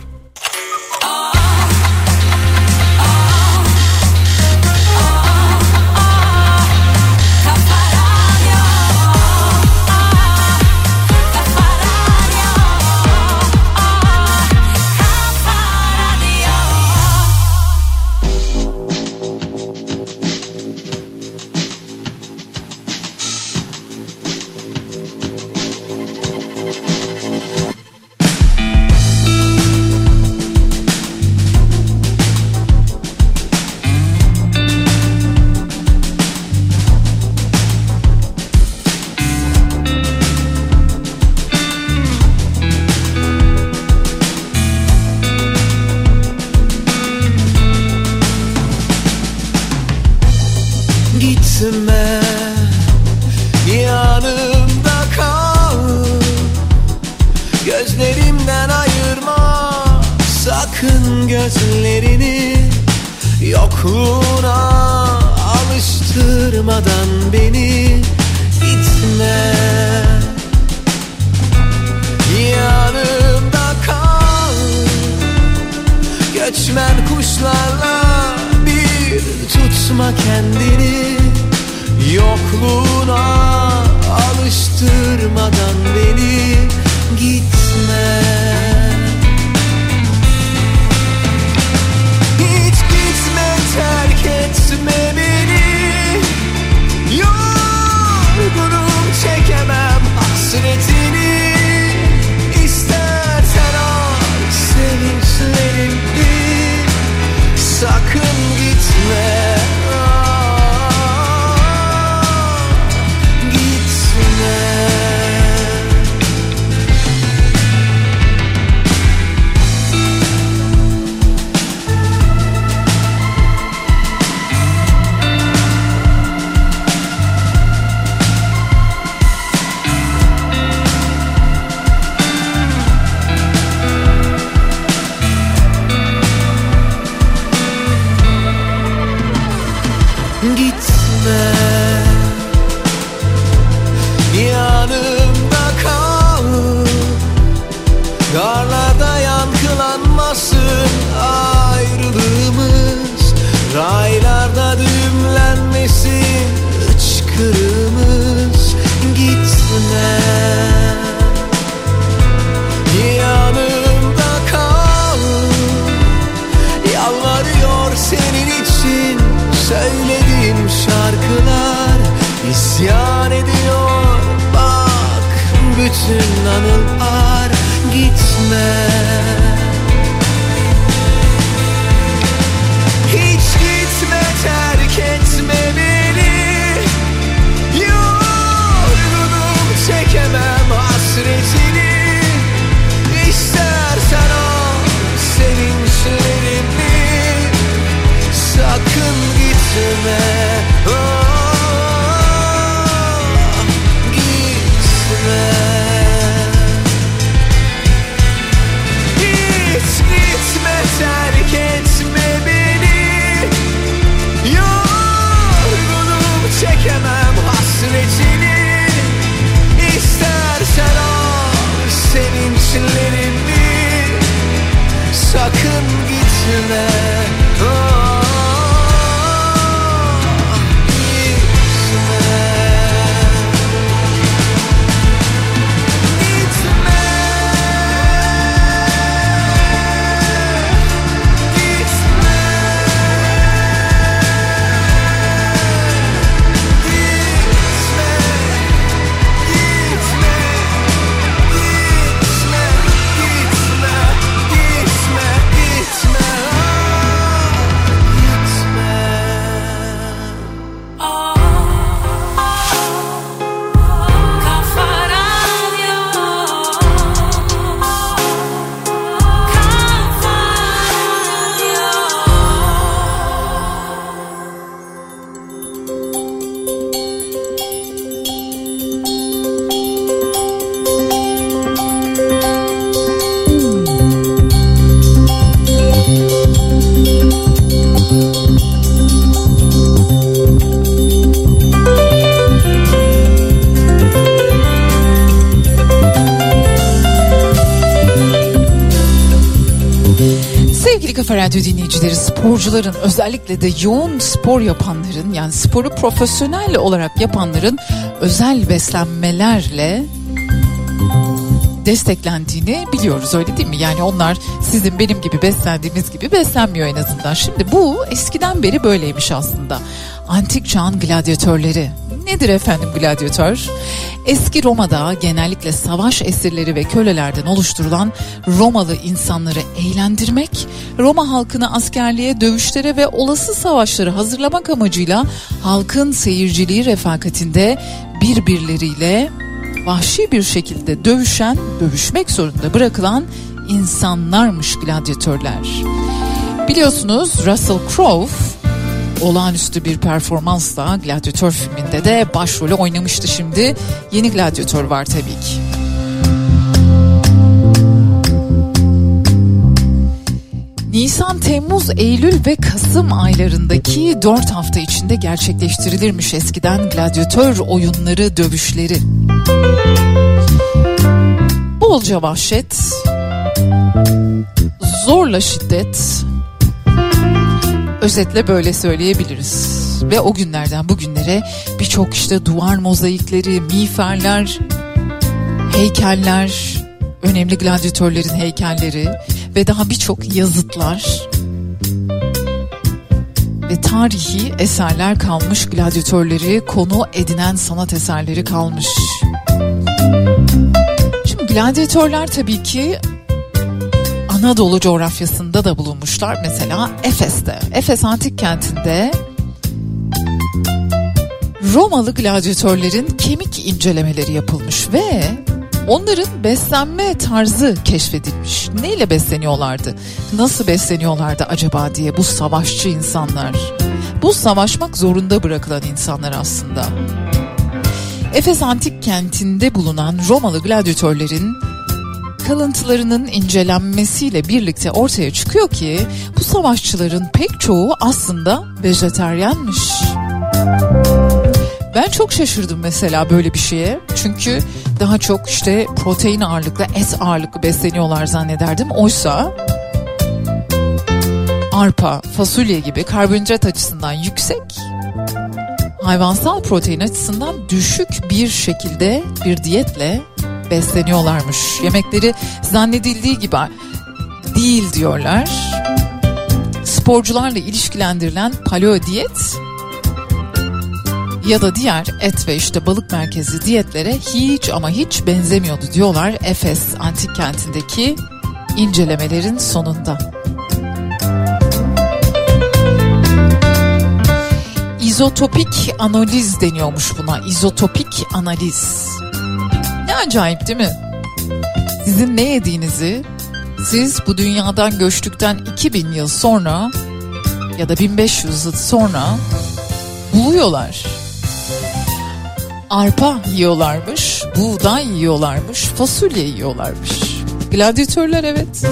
Gitme, yanımda kal, gözlerimden ayırma sakın gözlerini, yokluğuna alıştırmadan beni. Gitme, yanımda kal, göçmen kuşlarla bir tutma kendini, yokluğuna alıştırmadan beni. Gitme, hiç gitme, terk gitme. Yanımda kal, garlarda yankılanmasın ayrılığımız, raylarda düğümlenmesin hıçkırığımız. Gitme, yanımda kal, yalvarıyor senin için söylediğim şarkılar, isyan ediyor bak bütün anılar. Gitme, hiç gitme, terk etme beni. Yorgunum, çekemem hasretini. İstersen al sevinçlerimi, sakın gitme. Gitme. Gitme, terk etme beni. Yorgunum, çekemem hasretini. İstersen al sevinçlerimi, sakın gitme. Kafa Radyo dinleyicileri, sporcuların, özellikle de yoğun spor yapanların, yani sporu profesyonel olarak yapanların özel beslenmelerle desteklendiğini biliyoruz, öyle değil mi? Yani onlar sizin benim gibi beslendiğimiz gibi beslenmiyor en azından. Şimdi bu eskiden beri böyleymiş aslında. Antik çağın gladyatörleri. Nedir efendim gladyatör? Eski Roma'da genellikle savaş esirleri ve kölelerden oluşturulan Romalı insanları eğlendirmek, Roma halkını askerliğe, dövüşlere ve olası savaşları hazırlamak amacıyla halkın seyirciliği refakatinde birbirleriyle vahşi bir şekilde dövüşen, dövüşmek zorunda bırakılan insanlarmış gladyatörler. Biliyorsunuz Russell Crowe olağanüstü bir performansla Gladyatör filminde de başrolü oynamıştı. Şimdi yeni Gladyatör var tabii ki. Nisan, Temmuz, Eylül ve Kasım aylarındaki 4 hafta içinde gerçekleştirilirmiş eskiden gladyatör oyunları, dövüşleri. Bolca vahşet, zorla şiddet, özetle böyle söyleyebiliriz. Ve o günlerden bugünlere birçok işte duvar mozaikleri, miğferler, heykeller, önemli gladyatörlerin heykelleri ve daha birçok yazıtlar ve tarihi eserler kalmış, gladyatörleri konu edinen sanat eserleri kalmış. Şimdi gladyatörler tabii ki Anadolu coğrafyasında da bulunmuşlar. Mesela Efes'te, Efes antik kentinde Romalı gladyatörlerin kemik incelemeleri yapılmış ve onların beslenme tarzı keşfedilmiş. Neyle besleniyorlardı? Nasıl besleniyorlardı acaba diye bu savaşçı insanlar. Bu savaşmak zorunda bırakılan insanlar aslında. Efes antik kentinde bulunan Romalı gladyatörlerin kalıntılarının incelenmesiyle birlikte ortaya çıkıyor ki bu savaşçıların pek çoğu aslında vejetaryenmiş. Ben çok şaşırdım mesela böyle bir şeye. Çünkü daha çok işte protein ağırlıklı, et ağırlıklı besleniyorlar zannederdim. Oysa arpa, fasulye gibi karbonhidrat açısından yüksek, hayvansal protein açısından düşük bir şekilde bir diyetle besleniyorlarmış. Yemekleri zannedildiği gibi değil diyorlar. Sporcularla ilişkilendirilen paleo diyet ya da diğer et ve işte balık merkezli diyetlere hiç ama hiç benzemiyordu diyorlar Efes antik kentindeki incelemelerin sonunda. İzotopik analiz deniyormuş buna. İzotopik analiz. Ne acayip değil mi? Sizin ne yediğinizi siz bu dünyadan göçtükten 2000 yıl sonra ya da 1500 yıl sonra buluyorlar. Arpa yiyorlarmış, buğday yiyorlarmış, fasulye yiyorlarmış. Gladyatörler evet.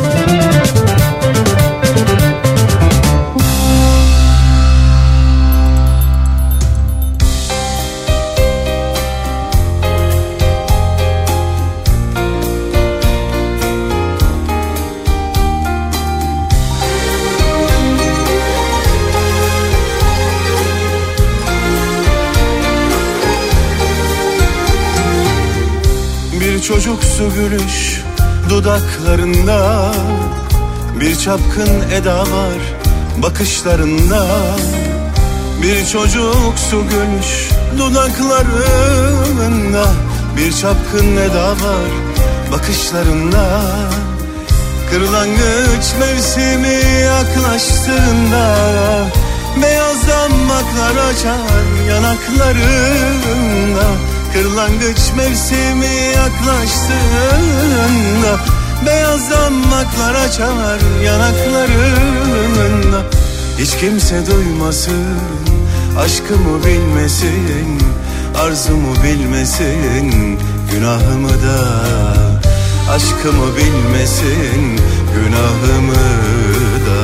Çocuksu gülüş dudaklarında, bir çapkın eda var bakışlarında. Bir çocuksu gülüş dudaklarında, bir çapkın eda var bakışlarında. Kırlangıç mevsimi yaklaştığında, beyaz damaklar açar yanaklarında. Kırlangıç mevsimi yaklaştığında, beyaz damaklar açar yanaklarında. Hiç kimse duymasın, aşkımı bilmesin, arzumu bilmesin, günahımı da. Aşkımı bilmesin, günahımı da.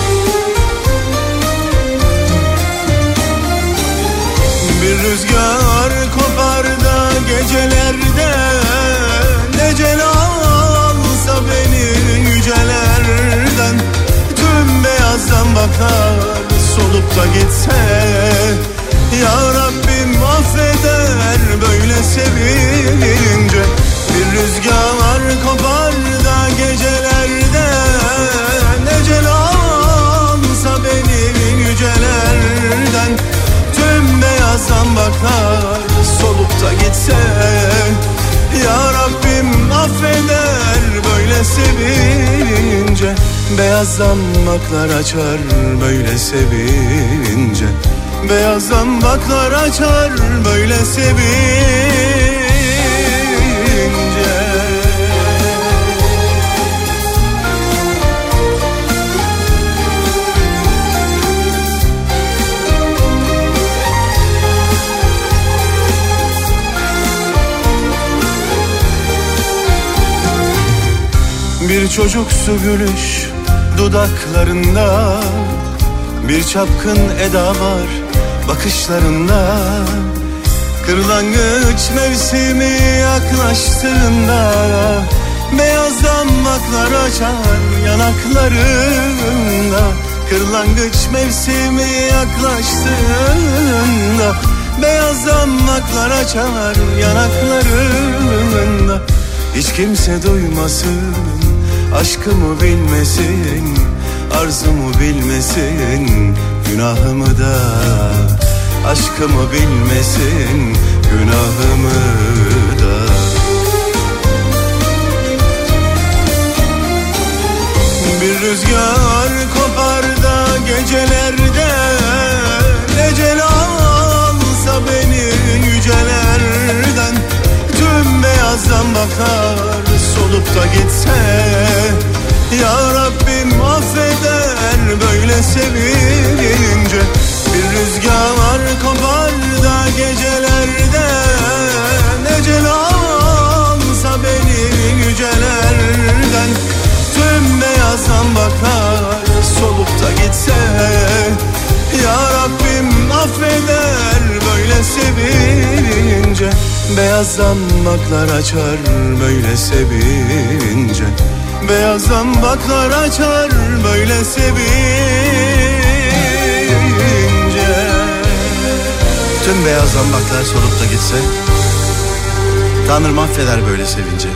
Bir rüzgar kopar da gecelerde, ecel alsa beni yücelerden. Tüm beyazdan bakar solup da gitse, ya Rabbim affeder böyle sevince. Bir rüzgar kopar da gecelerde, ecel alsa beni yücelerden. Tüm beyazdan bakar solup da gitse, ya Rabbim affeder böyle sevince. Beyaz damaklar açar böyle sevince, beyaz damaklar açar böyle sevince. Bir çocuksu gülüş dudaklarında, bir çapkın eda var bakışlarında. Kırlangıç mevsimi yaklaştığında, beyaz damaklar açar yanaklarında. Kırlangıç mevsimi yaklaştığında, beyaz damaklar açar yanaklarında. Hiç kimse duymasın, aşkımı bilmesin, arzumu bilmesin, günahımı da. Aşkımı bilmesin, günahımı da. Bir rüzgar kopar da gecelerde, ecel alsa beni yücelerden. Tüm beyazdan bakar solup da gitse, ya Rabbim affeder böyle sevince. Bir rüzgar kopar da gecelerde, ecel alsa beni yücelerden. Tüm beyazdan bakar solup da gitse, ya Rabbim affeder Beyaz zambaklar açar böyle sevince. Beyaz zambaklar açar böyle sevince. Tüm beyaz zambaklar solup da gitse, Tanrı affeder böyle sevince.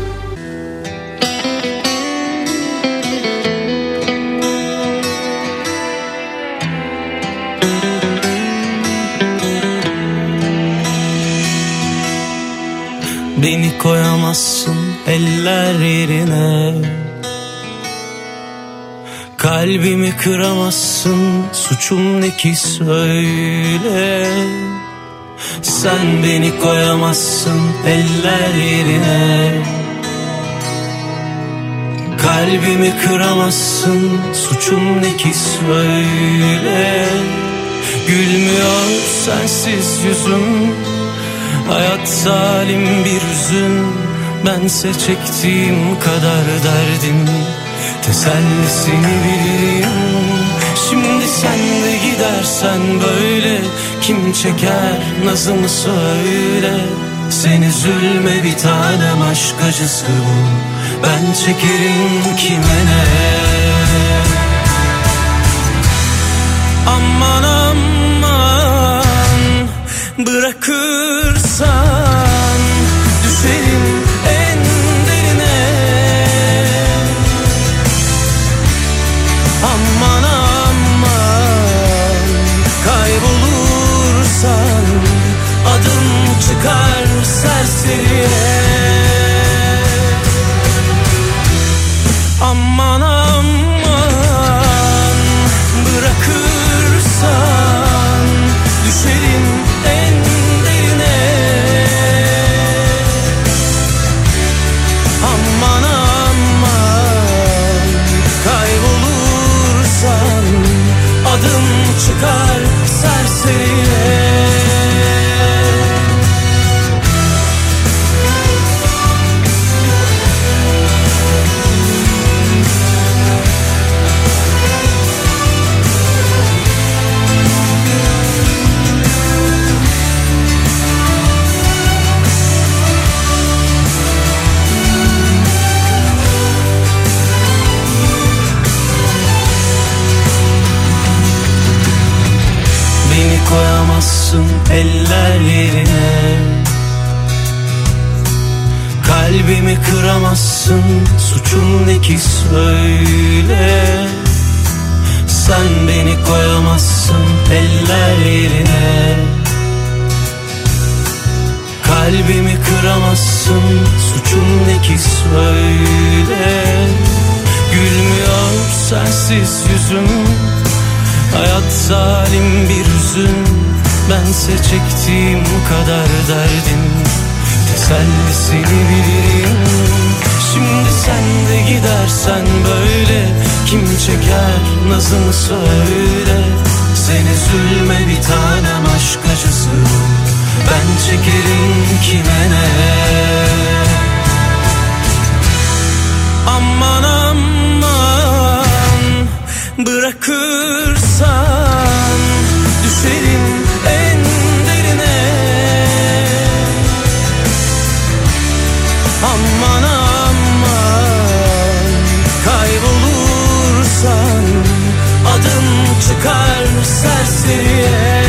Beni koyamazsın eller yerine, kalbimi kıramazsın, suçum ne ki söyle. Sen beni koyamazsın eller yerine, kalbimi kıramazsın, suçum ne ki söyle. Gülmüyor sensiz yüzüm, hayat zalim bir hüzün. Bense çektiğim kadar derdin, tesellisini bilirim. Şimdi sen de gidersen böyle, kim çeker nazımı söyle. Sen üzülme bir tanem, aşk acısı bu, ben çekerim kime ne. Aman aman, bırakırsan düşerim en derine. Aman aman, kaybolursan adım çıkar serseriye. Aman aman, bırakırsan düşerim en derine. Aman aman, kaybolursan adım çıkar serseriye. Koyamazsın eller yerine, kalbimi kıramazsın, suçum ne ki söyle. Sen beni koyamazsın eller yerine, kalbimi kıramazsın, suçum ne ki söyle. Gülmüyor sensiz yüzüm, hayat zalim bir hüzün. Bense çektiğim kadar derdin, tesellisini bilirim. Şimdi sen de gidersen böyle, kim çeker nazımı söyle. Sen üzülme bir tanem, aşk acısı ben çekerim kime ne. Aman aman, bırakırsan düşerim en derine. Aman aman, kaybolursan adım çıkar serseriye.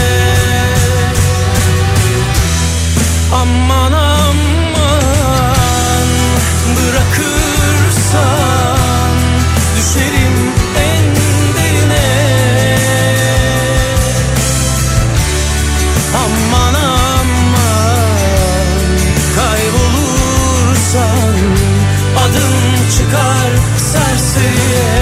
Aman aman, bırakırsan düşerim en derine. Aman aman, kaybolursan adım çıkar serseriye.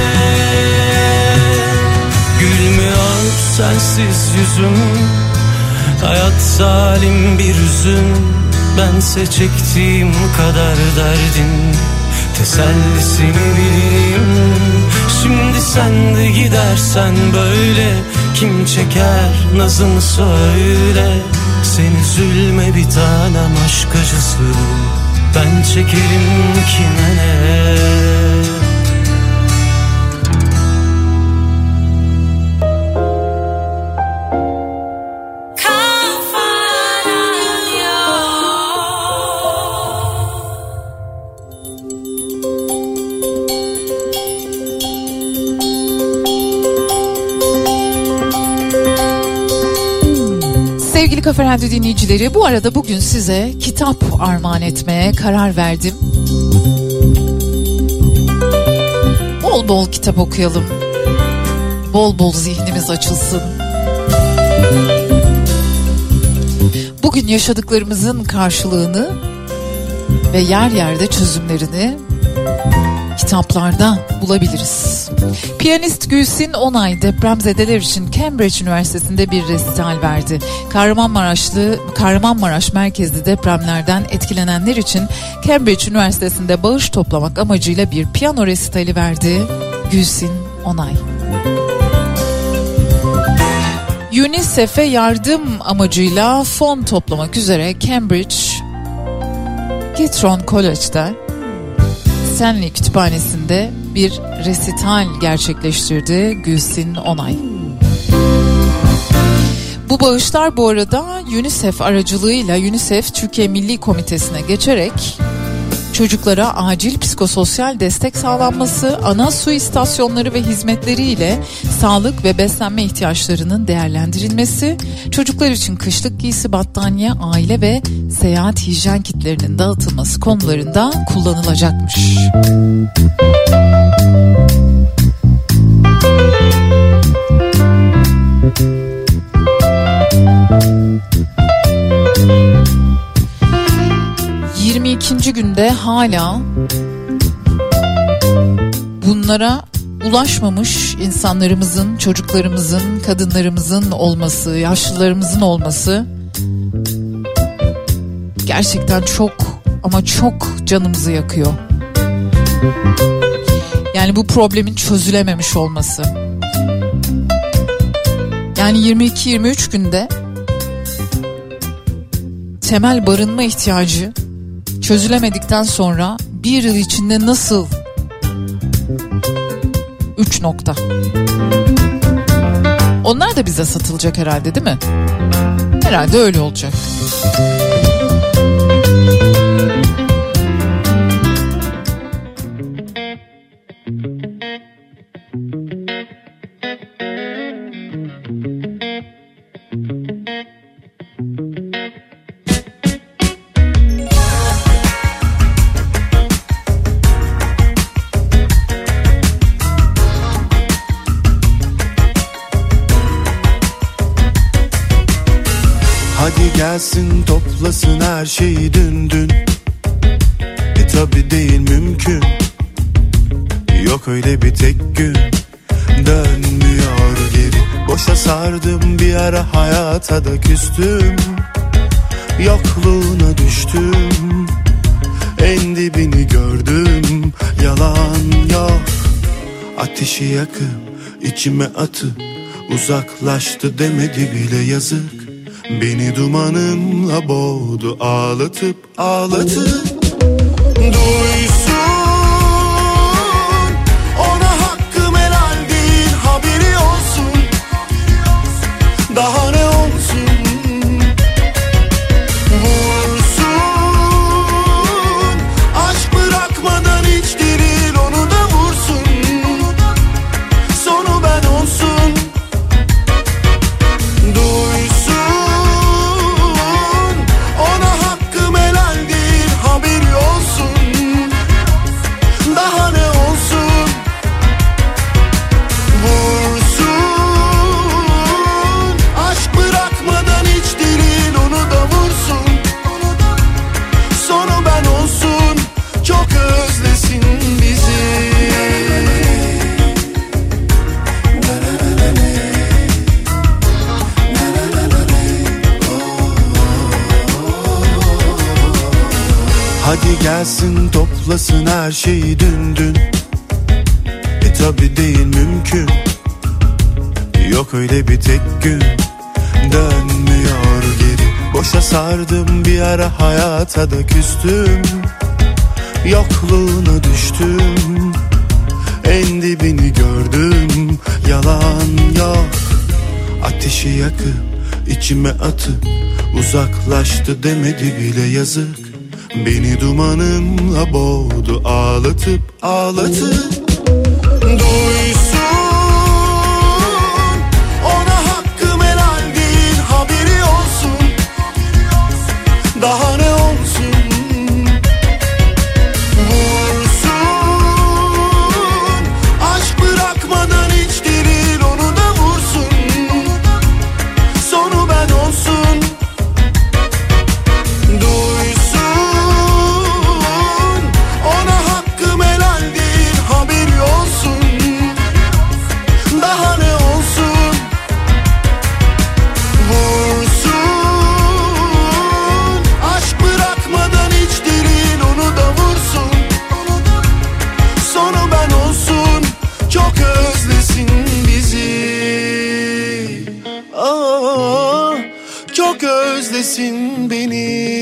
Gülmüyor sensiz yüzüm, hayat zalim bir hüzün. Bense çektiğim kadar derdin, tesellisini bilirim. Şimdi sen de gidersen böyle, kim çeker nazımı söyle. Sen üzülme bir tanem, aşk acısı ben çekerim kime ne. Kafana Sevgili Kafa Radyo dinleyicileri, bu arada bugün size kitap armağan etmeye karar verdim. Bol bol kitap okuyalım. Bol bol zihnimiz açılsın. Bugün yaşadıklarımızın karşılığını ve yer yerde çözümlerini kitaplarda bulabiliriz. Piyanist Gülsin Onay depremzedeler için Cambridge Üniversitesi'nde bir resital verdi. Kahramanmaraş merkezli depremlerden etkilenenler için Cambridge Üniversitesi'nde bağış toplamak amacıyla bir piyano resitali verdi Gülsin Onay. UNICEF'e yardım amacıyla fon toplamak üzere Cambridge Gitron College'da Stanley Kütüphanesi'nde bir resital gerçekleştirdi Gülsin Onay. Bu bağışlar bu arada UNICEF aracılığıyla UNICEF Türkiye Milli Komitesi'ne geçerek çocuklara acil psikososyal destek sağlanması, ana su istasyonları ve hizmetleriyle sağlık ve beslenme ihtiyaçlarının değerlendirilmesi, çocuklar için kışlık giysi, battaniye, aile ve seyahat hijyen kitlerinin dağıtılması konularında kullanılacakmış. Günde hala bunlara ulaşmamış insanlarımızın, çocuklarımızın, kadınlarımızın olması, yaşlılarımızın olması gerçekten çok ama çok canımızı yakıyor. Yani bu problemin çözülememiş olması. Yani 22-23 günde temel barınma ihtiyacı çözülemedikten sonra bir yıl içinde nasıl 3 nokta. Onlar da bize satılacak herhalde, değil mi? Herhalde öyle olacak. Gelsin toplasın her şeyi dün. Tabi değil mümkün. Yok öyle bir tek gün. Dönmüyor geri. Boşa sardım bir ara, hayata da küstüm. Yokluğuna düştüm. En dibini gördüm. Yalan yok. Ateşi yakıp içime atıp uzaklaştı demedi bile, yazık. Beni dumanımla boğdu, ağlatıp duysun. Ona hakkım helal değil, haberi olsun. Daha ne olsun? Vursun. Aşk bırakmadan hiç diril, onu da vursun. Sonu ben olsun. Duysun. Hadi gelsin toplasın her şeyi dün. Tabi değil mümkün. Yok öyle bir tek gün. Dönmüyor geri. Boşa sardım bir ara, hayata da küstüm. Yokluğuna düştüm. En dibini gördüm. Yalan yok. Ateşi yakıp içime atıp uzaklaştı demedi bile, yazık. Beni dumanımla boğdu, ağlatıp duysun. Ona hakkım helal değil, haberi olsun. çok özlesin beni.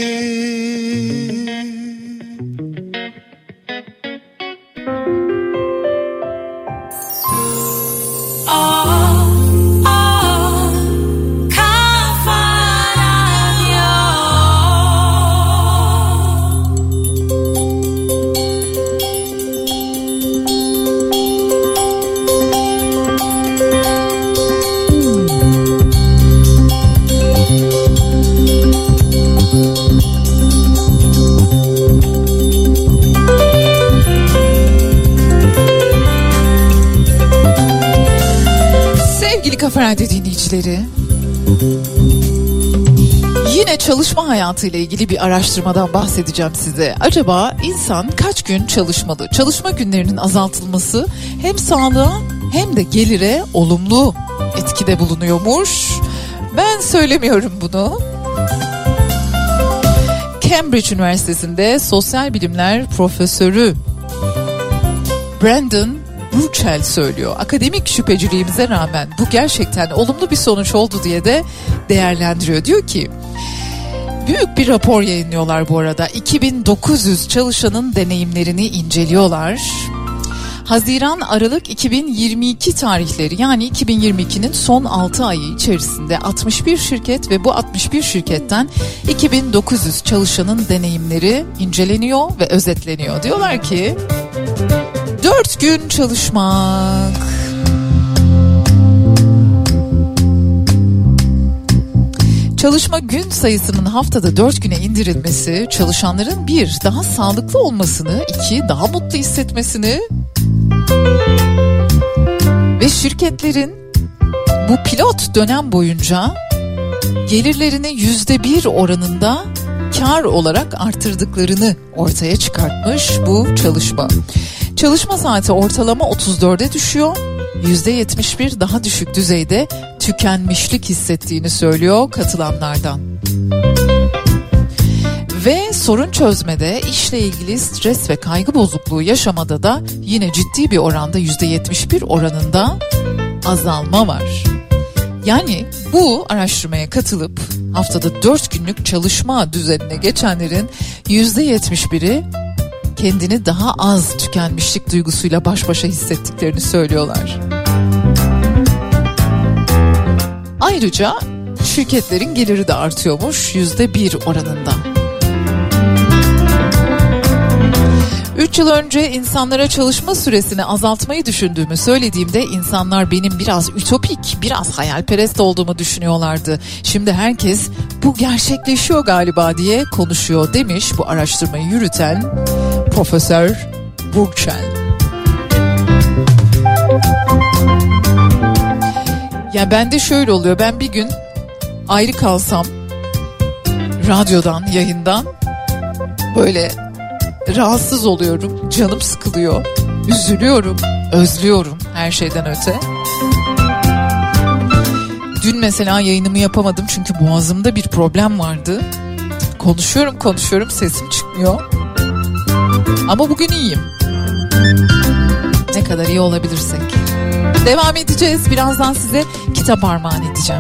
Kafa Radyo dinleyicileri, yine çalışma hayatıyla ilgili bir araştırmadan bahsedeceğim size. Acaba insan kaç gün çalışmalı? Çalışma günlerinin azaltılması hem sağlığa hem de gelire olumlu etkide bulunuyormuş. Ben söylemiyorum bunu. Cambridge Üniversitesi'nde sosyal bilimler profesörü Brandon Burchell söylüyor. Akademik şüpheciliğimize rağmen bu gerçekten olumlu bir sonuç oldu diye de değerlendiriyor. Diyor ki, büyük bir rapor yayınlıyorlar bu arada. 2900 çalışanın deneyimlerini inceliyorlar. Haziran-Aralık 2022 tarihleri, yani 2022'nin son 6 ayı içerisinde 61 şirket ve bu 61 şirketten 2900 çalışanın deneyimleri inceleniyor ve özetleniyor. Diyorlar ki 4 gün çalışmak. Çalışma gün sayısının haftada 4 güne indirilmesi, çalışanların 1. daha sağlıklı olmasını, 2. daha mutlu hissetmesini ve şirketlerin bu pilot dönem boyunca gelirlerini %1 oranında kar olarak artırdıklarını ortaya çıkartmış bu çalışma. Çalışma saati ortalama 34'e düşüyor. %71 daha düşük düzeyde tükenmişlik hissettiğini söylüyor katılanlardan. Ve sorun çözmede, işle ilgili stres ve kaygı bozukluğu yaşamada da yine ciddi bir oranda %71 oranında azalma var. Yani bu araştırmaya katılıp haftada 4 günlük çalışma düzenine geçenlerin %71'i kendini daha az tükenmişlik duygusuyla baş başa hissettiklerini söylüyorlar. Ayrıca şirketlerin geliri de artıyormuş %1 oranında. 3 yıl önce insanlara çalışma süresini azaltmayı düşündüğümü söylediğimde insanlar benim biraz ütopik, biraz hayalperest olduğumu düşünüyorlardı. Şimdi herkes bu gerçekleşiyor galiba diye konuşuyor demiş bu araştırmayı yürüten Profesör Burchell. Ya bende şöyle oluyor, ben bir gün ayrı kalsam radyodan, yayından böyle rahatsız oluyorum, canım sıkılıyor, üzülüyorum, özlüyorum her şeyden öte. Dün mesela yayınımı yapamadım çünkü boğazımda bir problem vardı. Konuşuyorum, sesim çıkmıyor. Ama bugün iyiyim. Ne kadar iyi olabilirsek. Devam edeceğiz. Birazdan size kitap armağan edeceğim.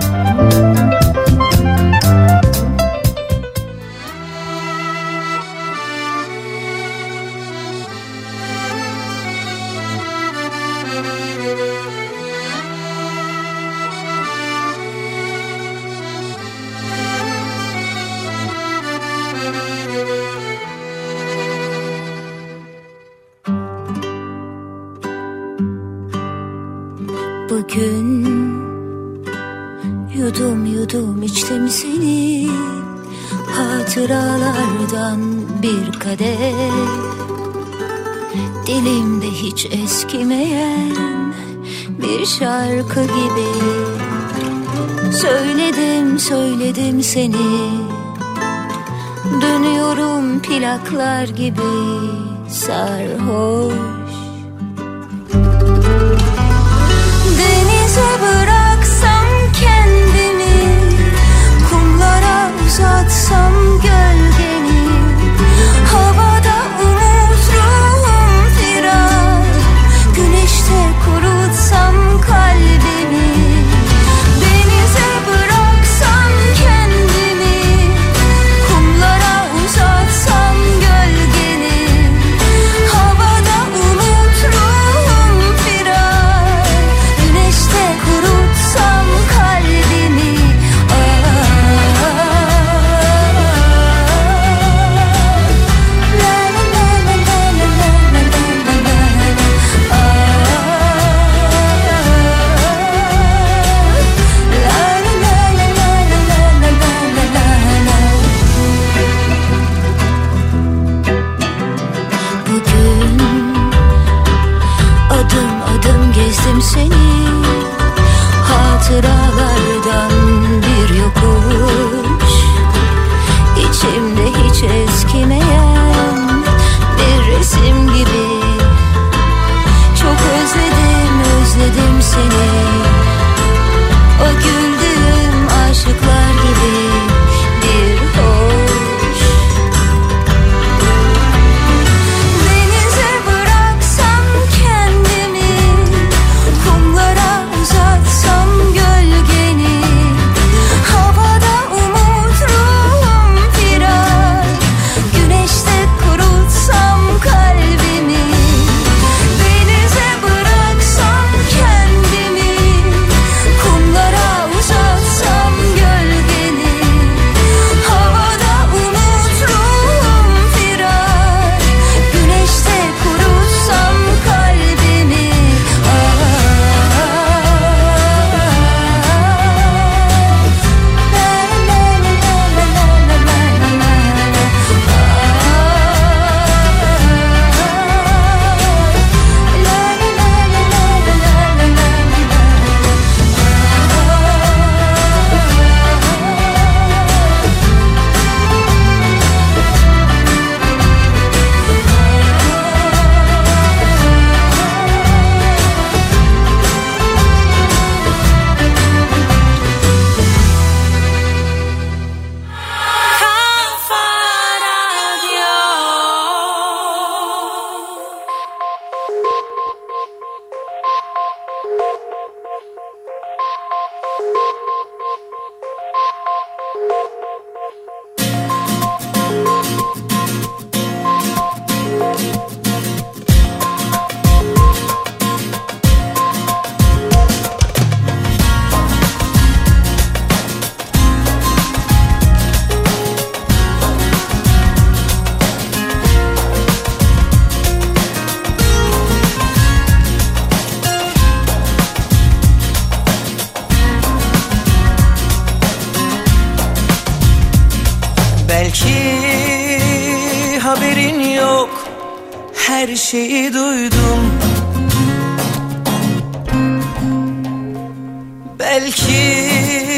Bugün yudum içtim seni, hatıralardan bir kadeh, dilimde hiç eskimeyen bir şarkı gibi. Söyledim seni, dönüyorum plaklar gibi sarhoş. Bıraksam kendimi, kumlara uzatsam gölgeni, havada umut ruhum firar, güneşte kurutsam kalbimi. Denize Belki haberin yok, her şeyi duydum. Belki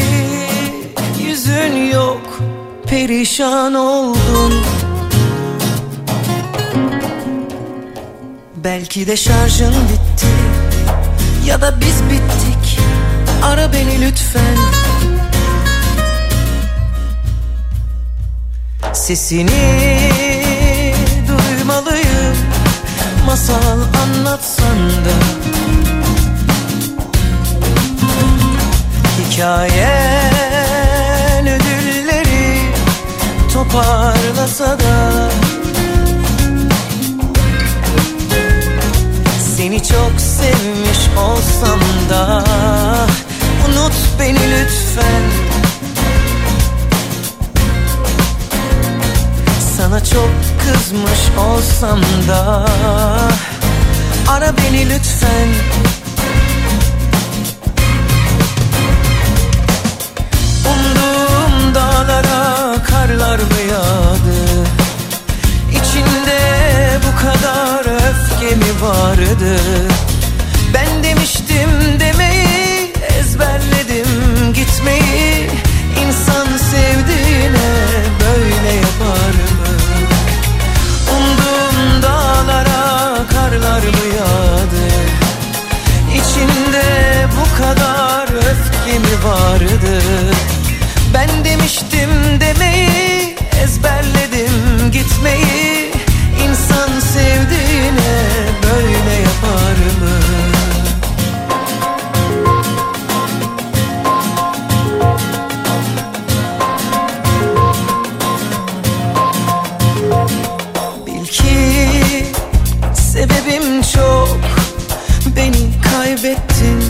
yüzün yok, perişan oldun. Belki de şarjın bitti ya da biz bittik. Ara beni lütfen. Sesini duymalıyım, masal anlatsan da. Hikayen ödülleri toparlasa da. Seni çok sevmiş olsam da unut beni lütfen. Sana çok kızmış olsam da ara beni lütfen. Umduğum dağlara karlar mı yağdı? İçinde bu kadar öfke mi vardı? Ben demiştim demeyi, ezberledim gitmeyi. İnsan sevdiğine böyle yapar mı? Umduğum dağlara karlar mı yağdı? İçinde bu kadar öfke mi vardı? Ben demiştim demeyi, ezberledim gitmeyi. İnsan sevdiğine böyle yapar mı? Belki sebebim çok, beni kaybettin.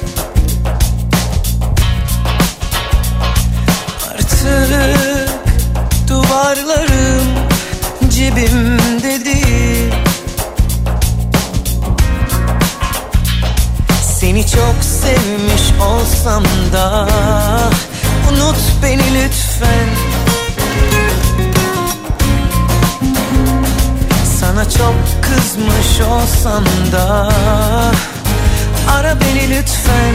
Artık duvarlarım cebimde değil. Seni çok sevmiş olsam da unut beni lütfen. Sana çok kızmış olsam da ara beni lütfen.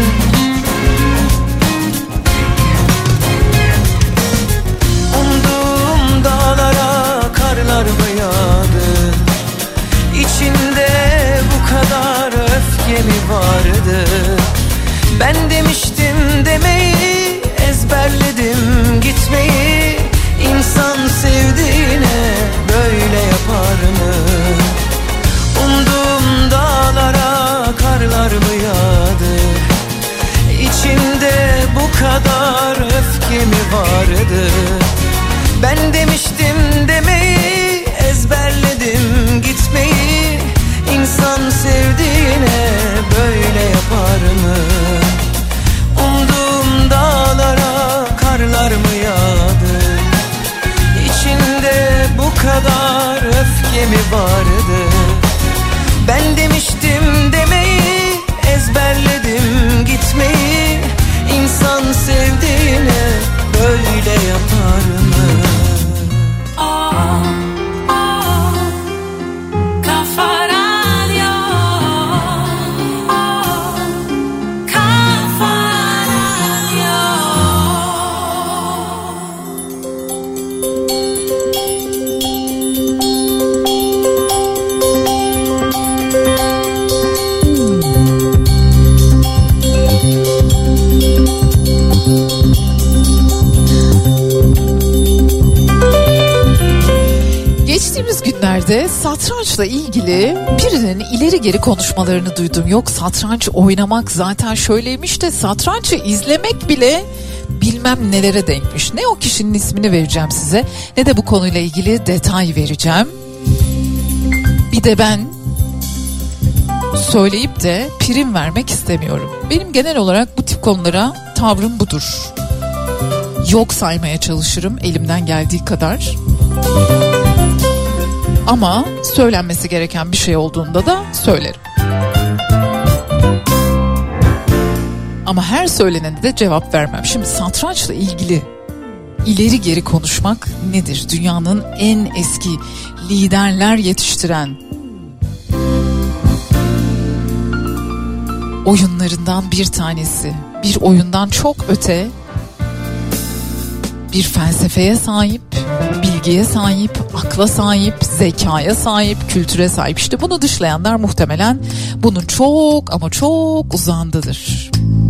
Umduğum dağlara karlar mı yağdı? İçinde bu kadar öfke mi vardı? Ben demiştim demeyi, ezberledim gitmeyi. İnsan sevdiğine böyle yapar mı? Umduğum dağlara karlar mı yağdı? İçinde bu kadar öfke mi vardı? Ben demiştim demeyi, ezberledim gitmeyi. İnsan sevdiğine böyle yapar mı? Umduğum dağlara karlar mı yağdı? İçinde bu kadar öfke mi vardı? Ben demiştim demeyi, ezberledim gitmeyi. İnsan sevdiğine böyle yapar mı? Geçtiğimiz günlerde satrançla ilgili birinin ileri geri konuşmalarını duydum. Yok satranç oynamak zaten şöyleymiş de satrançı izlemek bile bilmem nelere denkmiş. Ne o kişinin ismini vereceğim size, ne de bu konuyla ilgili detay vereceğim. Bir de ben söyleyip de prim vermek istemiyorum. Benim genel olarak bu tip konulara tavrım budur. Yok saymaya çalışırım elimden geldiği kadar. Ama söylenmesi gereken bir şey olduğunda da söylerim. Ama her söylenene de cevap vermem. Şimdi satrançla ilgili ileri geri konuşmak nedir? Dünyanın en eski liderler yetiştiren oyunlarından bir tanesi. Bir oyundan çok öte bir felsefeye sahip, bilgiye sahip, akla sahip, zekaya sahip, kültüre sahip. İşte bunu dışlayanlar muhtemelen bunun çok ama çok uzağındadır.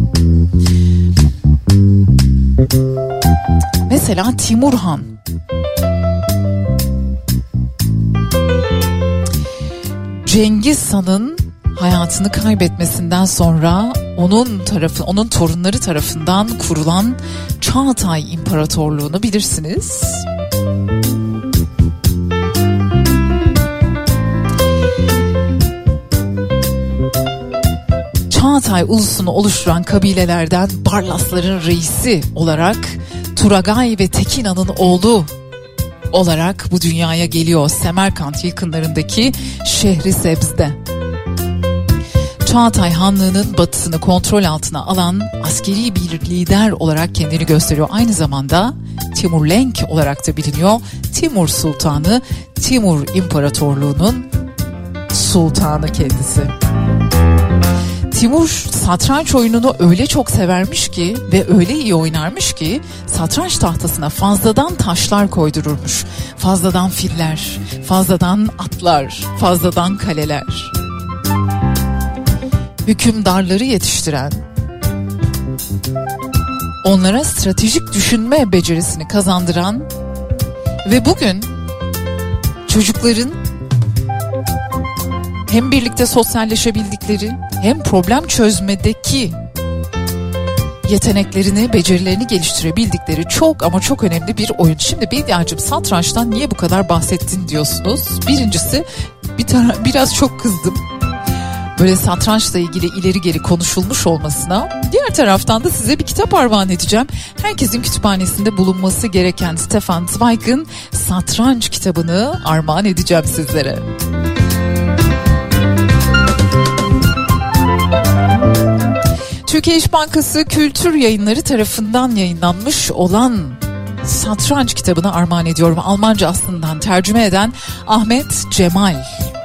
Mesela Timur Han. Cengiz Han'ın hayatını kaybetmesinden sonra onun torunları tarafından kurulan Çağatay İmparatorluğu'nu bilirsiniz. Çağatay ulusunu oluşturan kabilelerden Barlasların reisi olarak Turagay ve Tekin Han'ın oğlu olarak bu dünyaya geliyor Semerkant yakınlarındaki Şehrisebz'de. Çağatay Hanlığı'nın batısını kontrol altına alan askeri bir lider olarak kendini gösteriyor. Aynı zamanda Timurlenk olarak da biliniyor. Timur Sultanı, Timur İmparatorluğu'nun sultanı kendisi. Timur satranç oyununu öyle çok severmiş ki ve öyle iyi oynarmış ki satranç tahtasına fazladan taşlar koydururmuş. Fazladan filler, fazladan atlar, fazladan kaleler. Hükümdarları yetiştiren, onlara stratejik düşünme becerisini kazandıran ve bugün çocukların hem birlikte sosyalleşebildikleri hem problem çözmedeki yeteneklerini, becerilerini geliştirebildikleri çok ama çok önemli bir oyun. Şimdi Bediacığım satrançtan niye bu kadar bahsettin diyorsunuz. Birincisi biraz çok kızdım. Böyle satrançla ilgili ileri geri konuşulmuş olmasına. Diğer taraftan da size bir kitap armağan edeceğim. Herkesin kütüphanesinde bulunması gereken Stefan Zweig'ın Satranç kitabını armağan edeceğim sizlere. Türkiye İş Bankası Kültür Yayınları tarafından yayınlanmış olan Satranç kitabını armağan ediyorum. Almanca aslından tercüme eden Ahmet Cemal.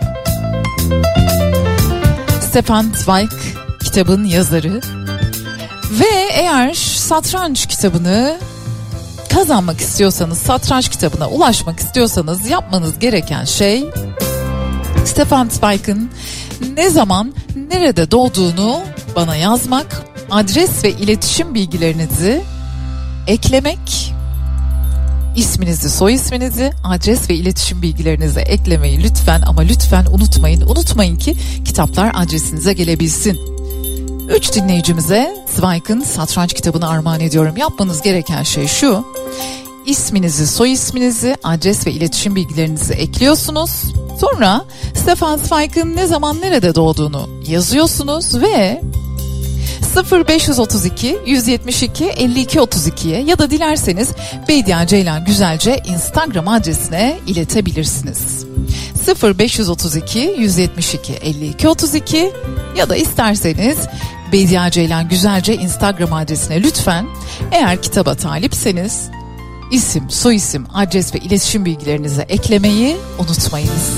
Stefan Zweig kitabın yazarı ve eğer satranç kitabını kazanmak istiyorsanız, satranç kitabına ulaşmak istiyorsanız yapmanız gereken şey Stefan Zweig'ın ne zaman, nerede doğduğunu bana yazmak, adres ve iletişim bilgilerinizi eklemek, isminizi, soy isminizi, adres ve iletişim bilgilerinizi eklemeyi lütfen ama lütfen unutmayın. Unutmayın ki kitaplar adresinize gelebilsin. 3 dinleyicimize Zweig'ın Satranç kitabını armağan ediyorum. Yapmanız gereken şey şu: isminizi, soy isminizi, adres ve iletişim bilgilerinizi ekliyorsunuz. Sonra Stefan Zweig'ın ne zaman nerede doğduğunu yazıyorsunuz ve 0532 172 52 32'ye ya da dilerseniz Bediye Ceylan Güzelce Instagram adresine iletebilirsiniz. 0532 172 52 32 ya da isterseniz Bediye Ceylan Güzelce Instagram adresine lütfen, eğer kitaba talipseniz isim, soyisim, adres ve iletişim bilgilerinizi eklemeyi unutmayınız.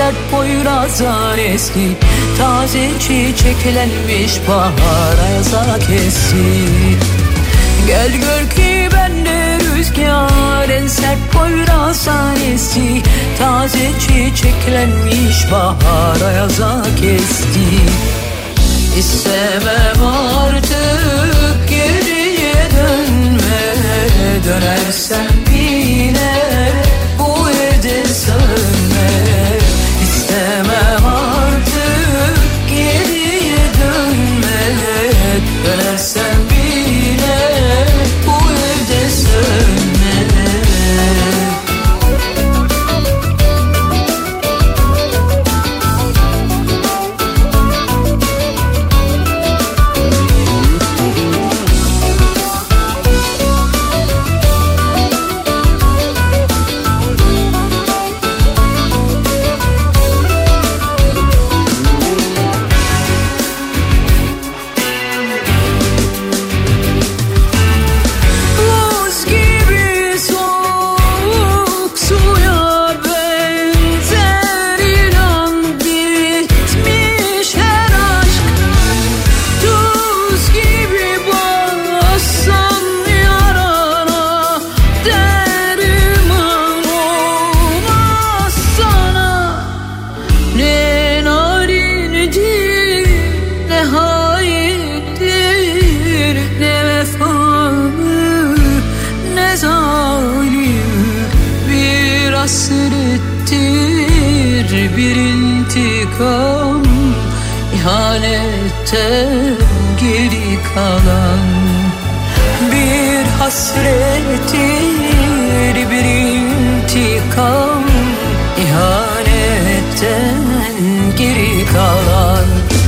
sert Poyraz'dan eski, taze çiçeklenmiş bahar ayaza kesti. Gel gör ki bende rüzgar, en sert Poyraz'dan esti, taze çiçeklenmiş bahar ayaza kesti. İstemem artık geriye dönme, dönersen yine bu evde sönme. İstemem artık geriye dönme, dönersen yine bu evde sönme. Bir intikam, ihanetten geri kalan bir hasrettir, bir intikam, ihanetten geri kalan.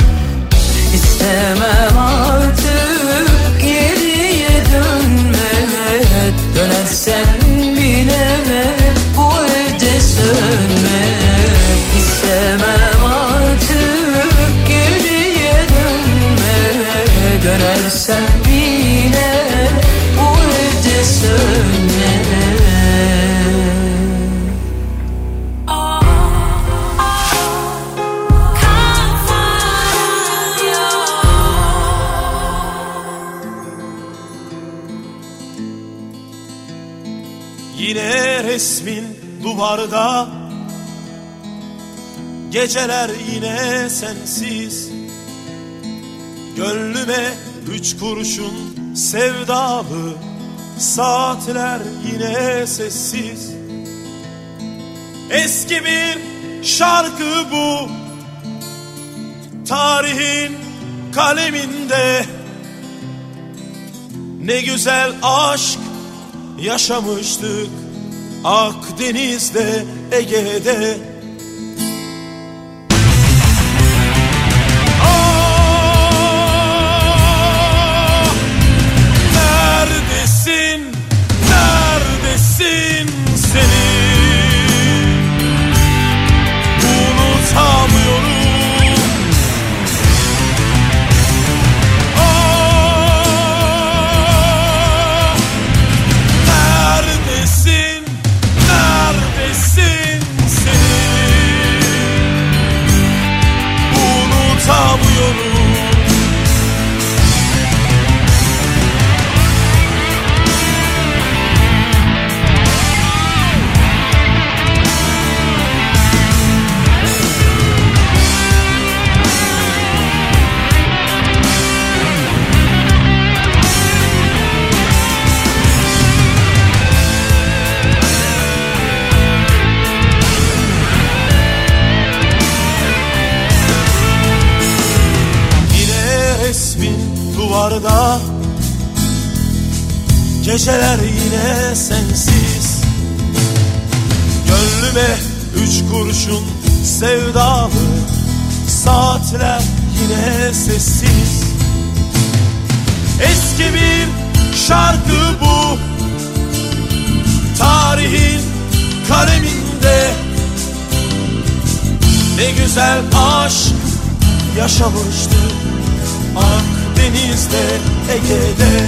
İstemem artık geriye dönme, dönersen bile bu evde sönme. İstemem artık geriye dönme, dönersen yine bu evde sönme. Yine resmin duvarda, geceler yine sensiz. Gönlüme 3 kurşun sevdalı, saatler yine sessiz. Eski bir şarkı bu, tarihin kaleminde. Ne güzel aşk yaşamıştık Akdeniz'de, Ege'de. Neredesin seni unutamıyorum. Neredesin seni unutamıyorum. Duvarda geceler yine sensiz. Gönlüme 3 kurşun sevdalı, saatler yine sessiz. Eski bir şarkı bu, tarihin kaleminde. Ne güzel aşk yaşamıştık Akdeniz'de, Ege'de.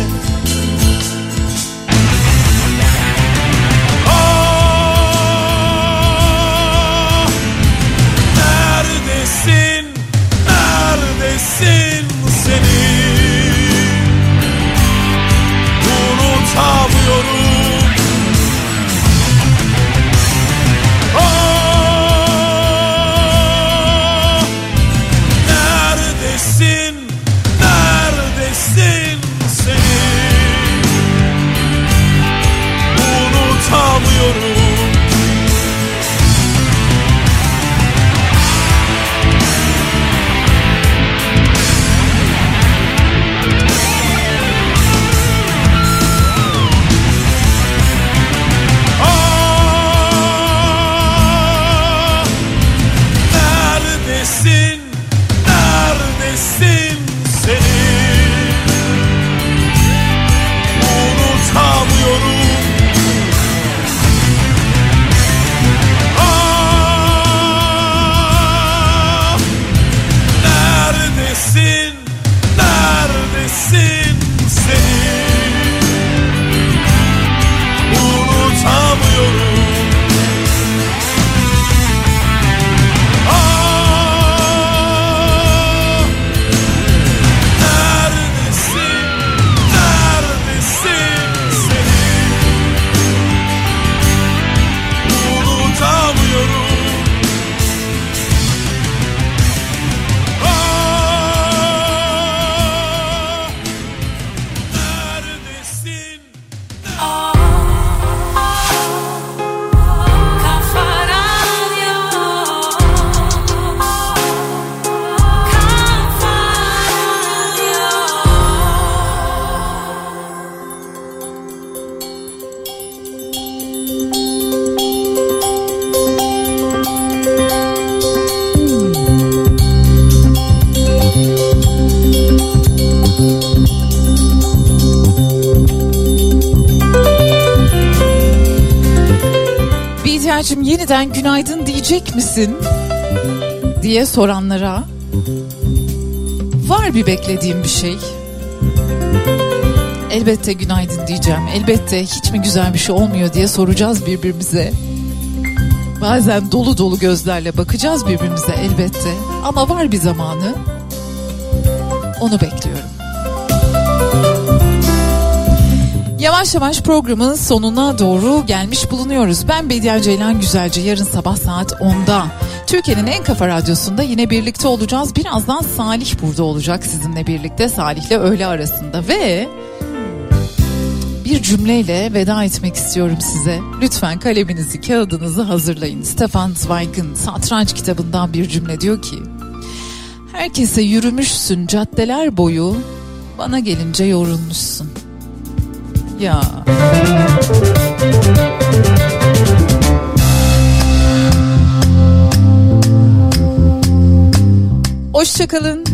Bediacığım yeniden günaydın diyecek misin diye soranlara var bir beklediğim bir şey. Elbette günaydın diyeceğim. Elbette hiç mi güzel bir şey olmuyor diye soracağız birbirimize. Bazen dolu dolu gözlerle bakacağız birbirimize elbette. Ama var bir zamanı. Onu bekliyorum. Yavaş yavaş programın sonuna doğru gelmiş bulunuyoruz. Ben Bediye Ceylan Güzelce, yarın sabah saat 10'da Türkiye'nin en kafa radyosunda yine birlikte olacağız. Birazdan Salih burada olacak sizinle birlikte, Salih'le öğle arasında ve bir cümleyle veda etmek istiyorum size. Lütfen kaleminizi, kağıdınızı hazırlayın. Stefan Zweig'in Satranç kitabından bir cümle diyor ki: herkese yürümüşsün caddeler boyu, bana gelince yorulmuşsun. Ya. Hoşçakalın.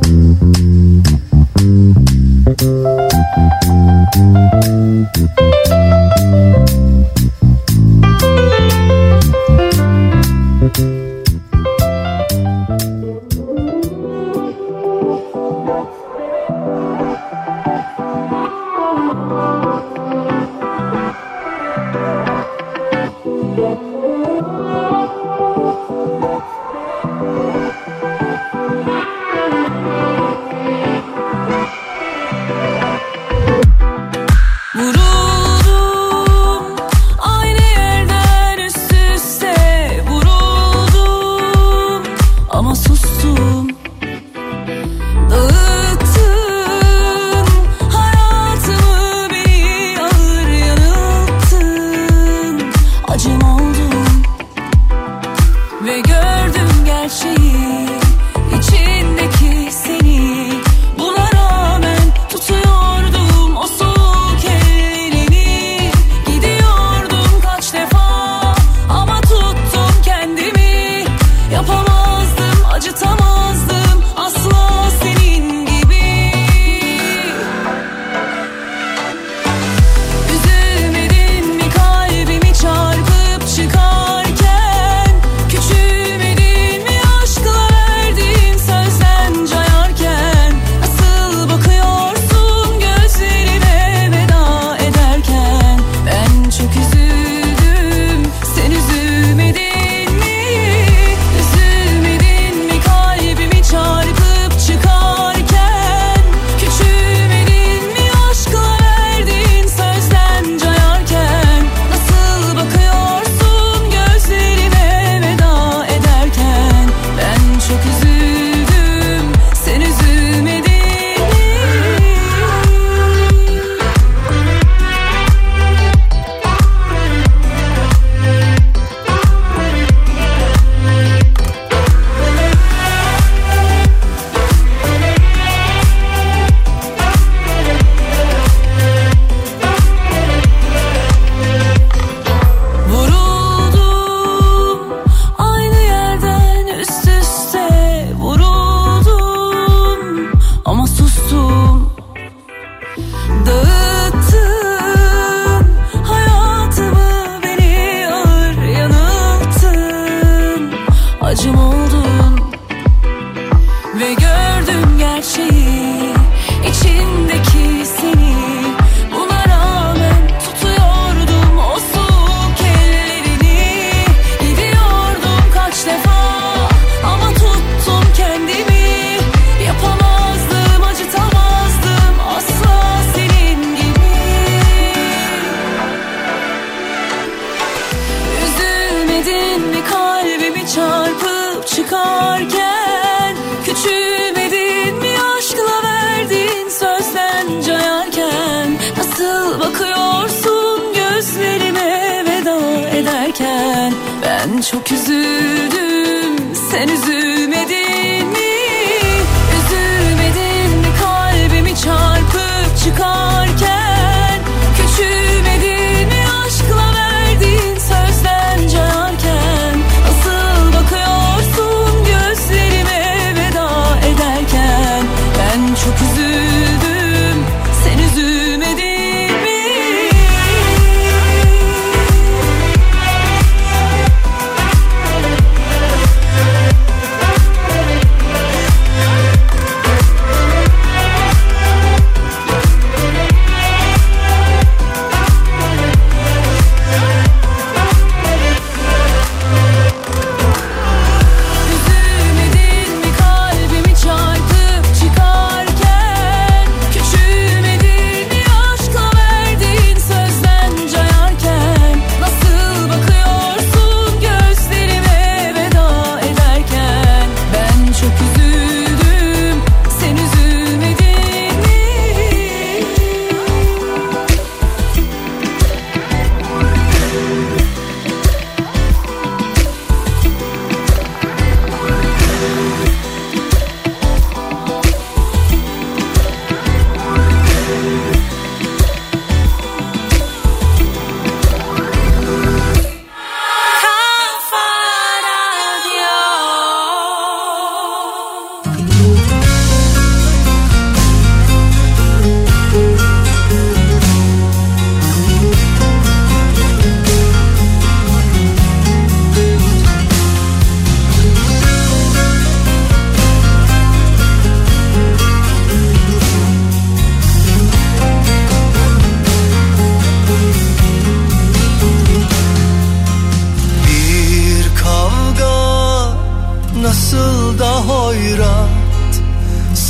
Ben çok üzüldüm, sen üzülmedin mi? Üzülmedin mi kalbimi çarpıp çıkarken? Küçülmedin mi aşkla verdiğin sözden cayarken? Asıl bakıyorsun gözlerime veda ederken? Ben çok üzüldüm, sen üzülmedin mi?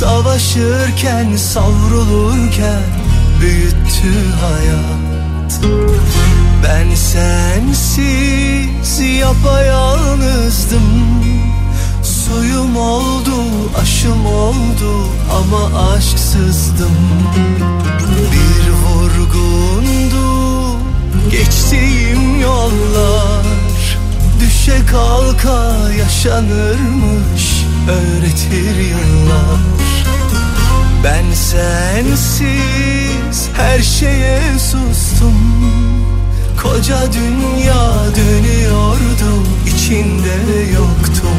Savaşırken, savrulurken büyüttü hayat. Ben sensiz yapayalnızdım. Suyum oldu, aşım oldu ama aşksızdım. Bir vurgundu geçtiğim yollar. Düşe kalka yaşanırmış, öğretir yıllar. Ben sensiz her şeye sustum. Koca dünya dönüyordu, içinde yoktum.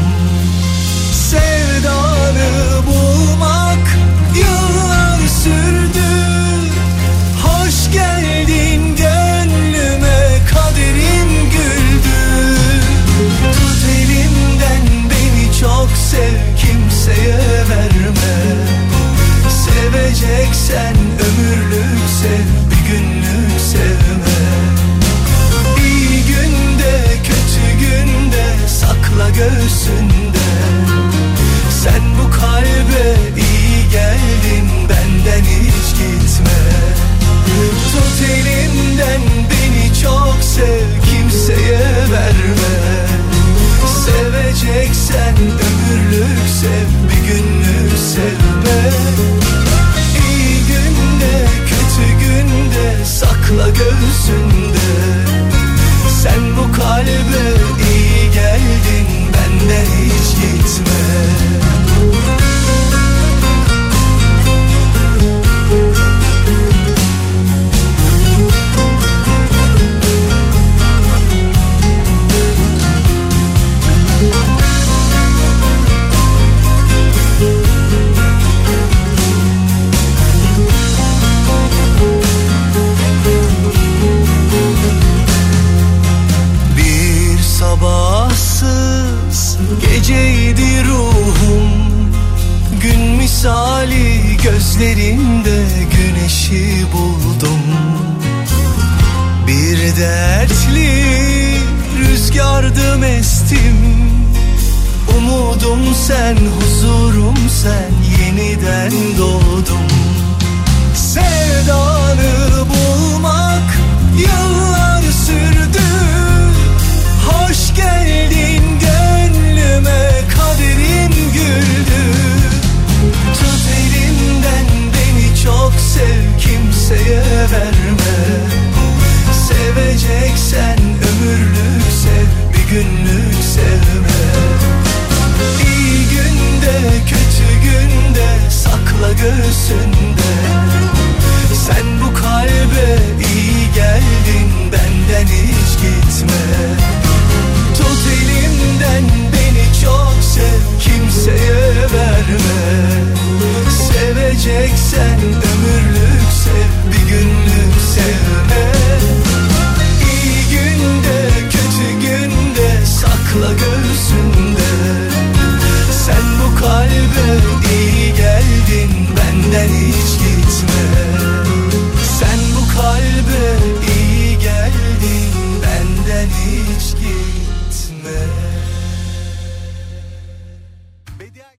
Sevdanı bulmak yıllar sürdü. Hoş geldin gönlüme, kaderim güldü. Tut elimden beni çok sev, kimseye verme. Seveceksen ömürlük sev, bir günlük sevme. İyi günde kötü günde sakla göğsünde. Sen bu kalbe iyi geldin, benden hiç gitme. Tut elimden beni çok sev, kimseye verme. Seveceksen ömürlük sev, bir günlük sevme. İyi günde kötü günde sakla göğsünde. Sen bu kalbe iyi geldin, benden hiç gitme. Sabahsız geceydi ruhum, gün misali gözlerinde güneşi buldum. Bir dertli rüzgardım estim, umudum sen, huzurum sen, yeniden doğdum.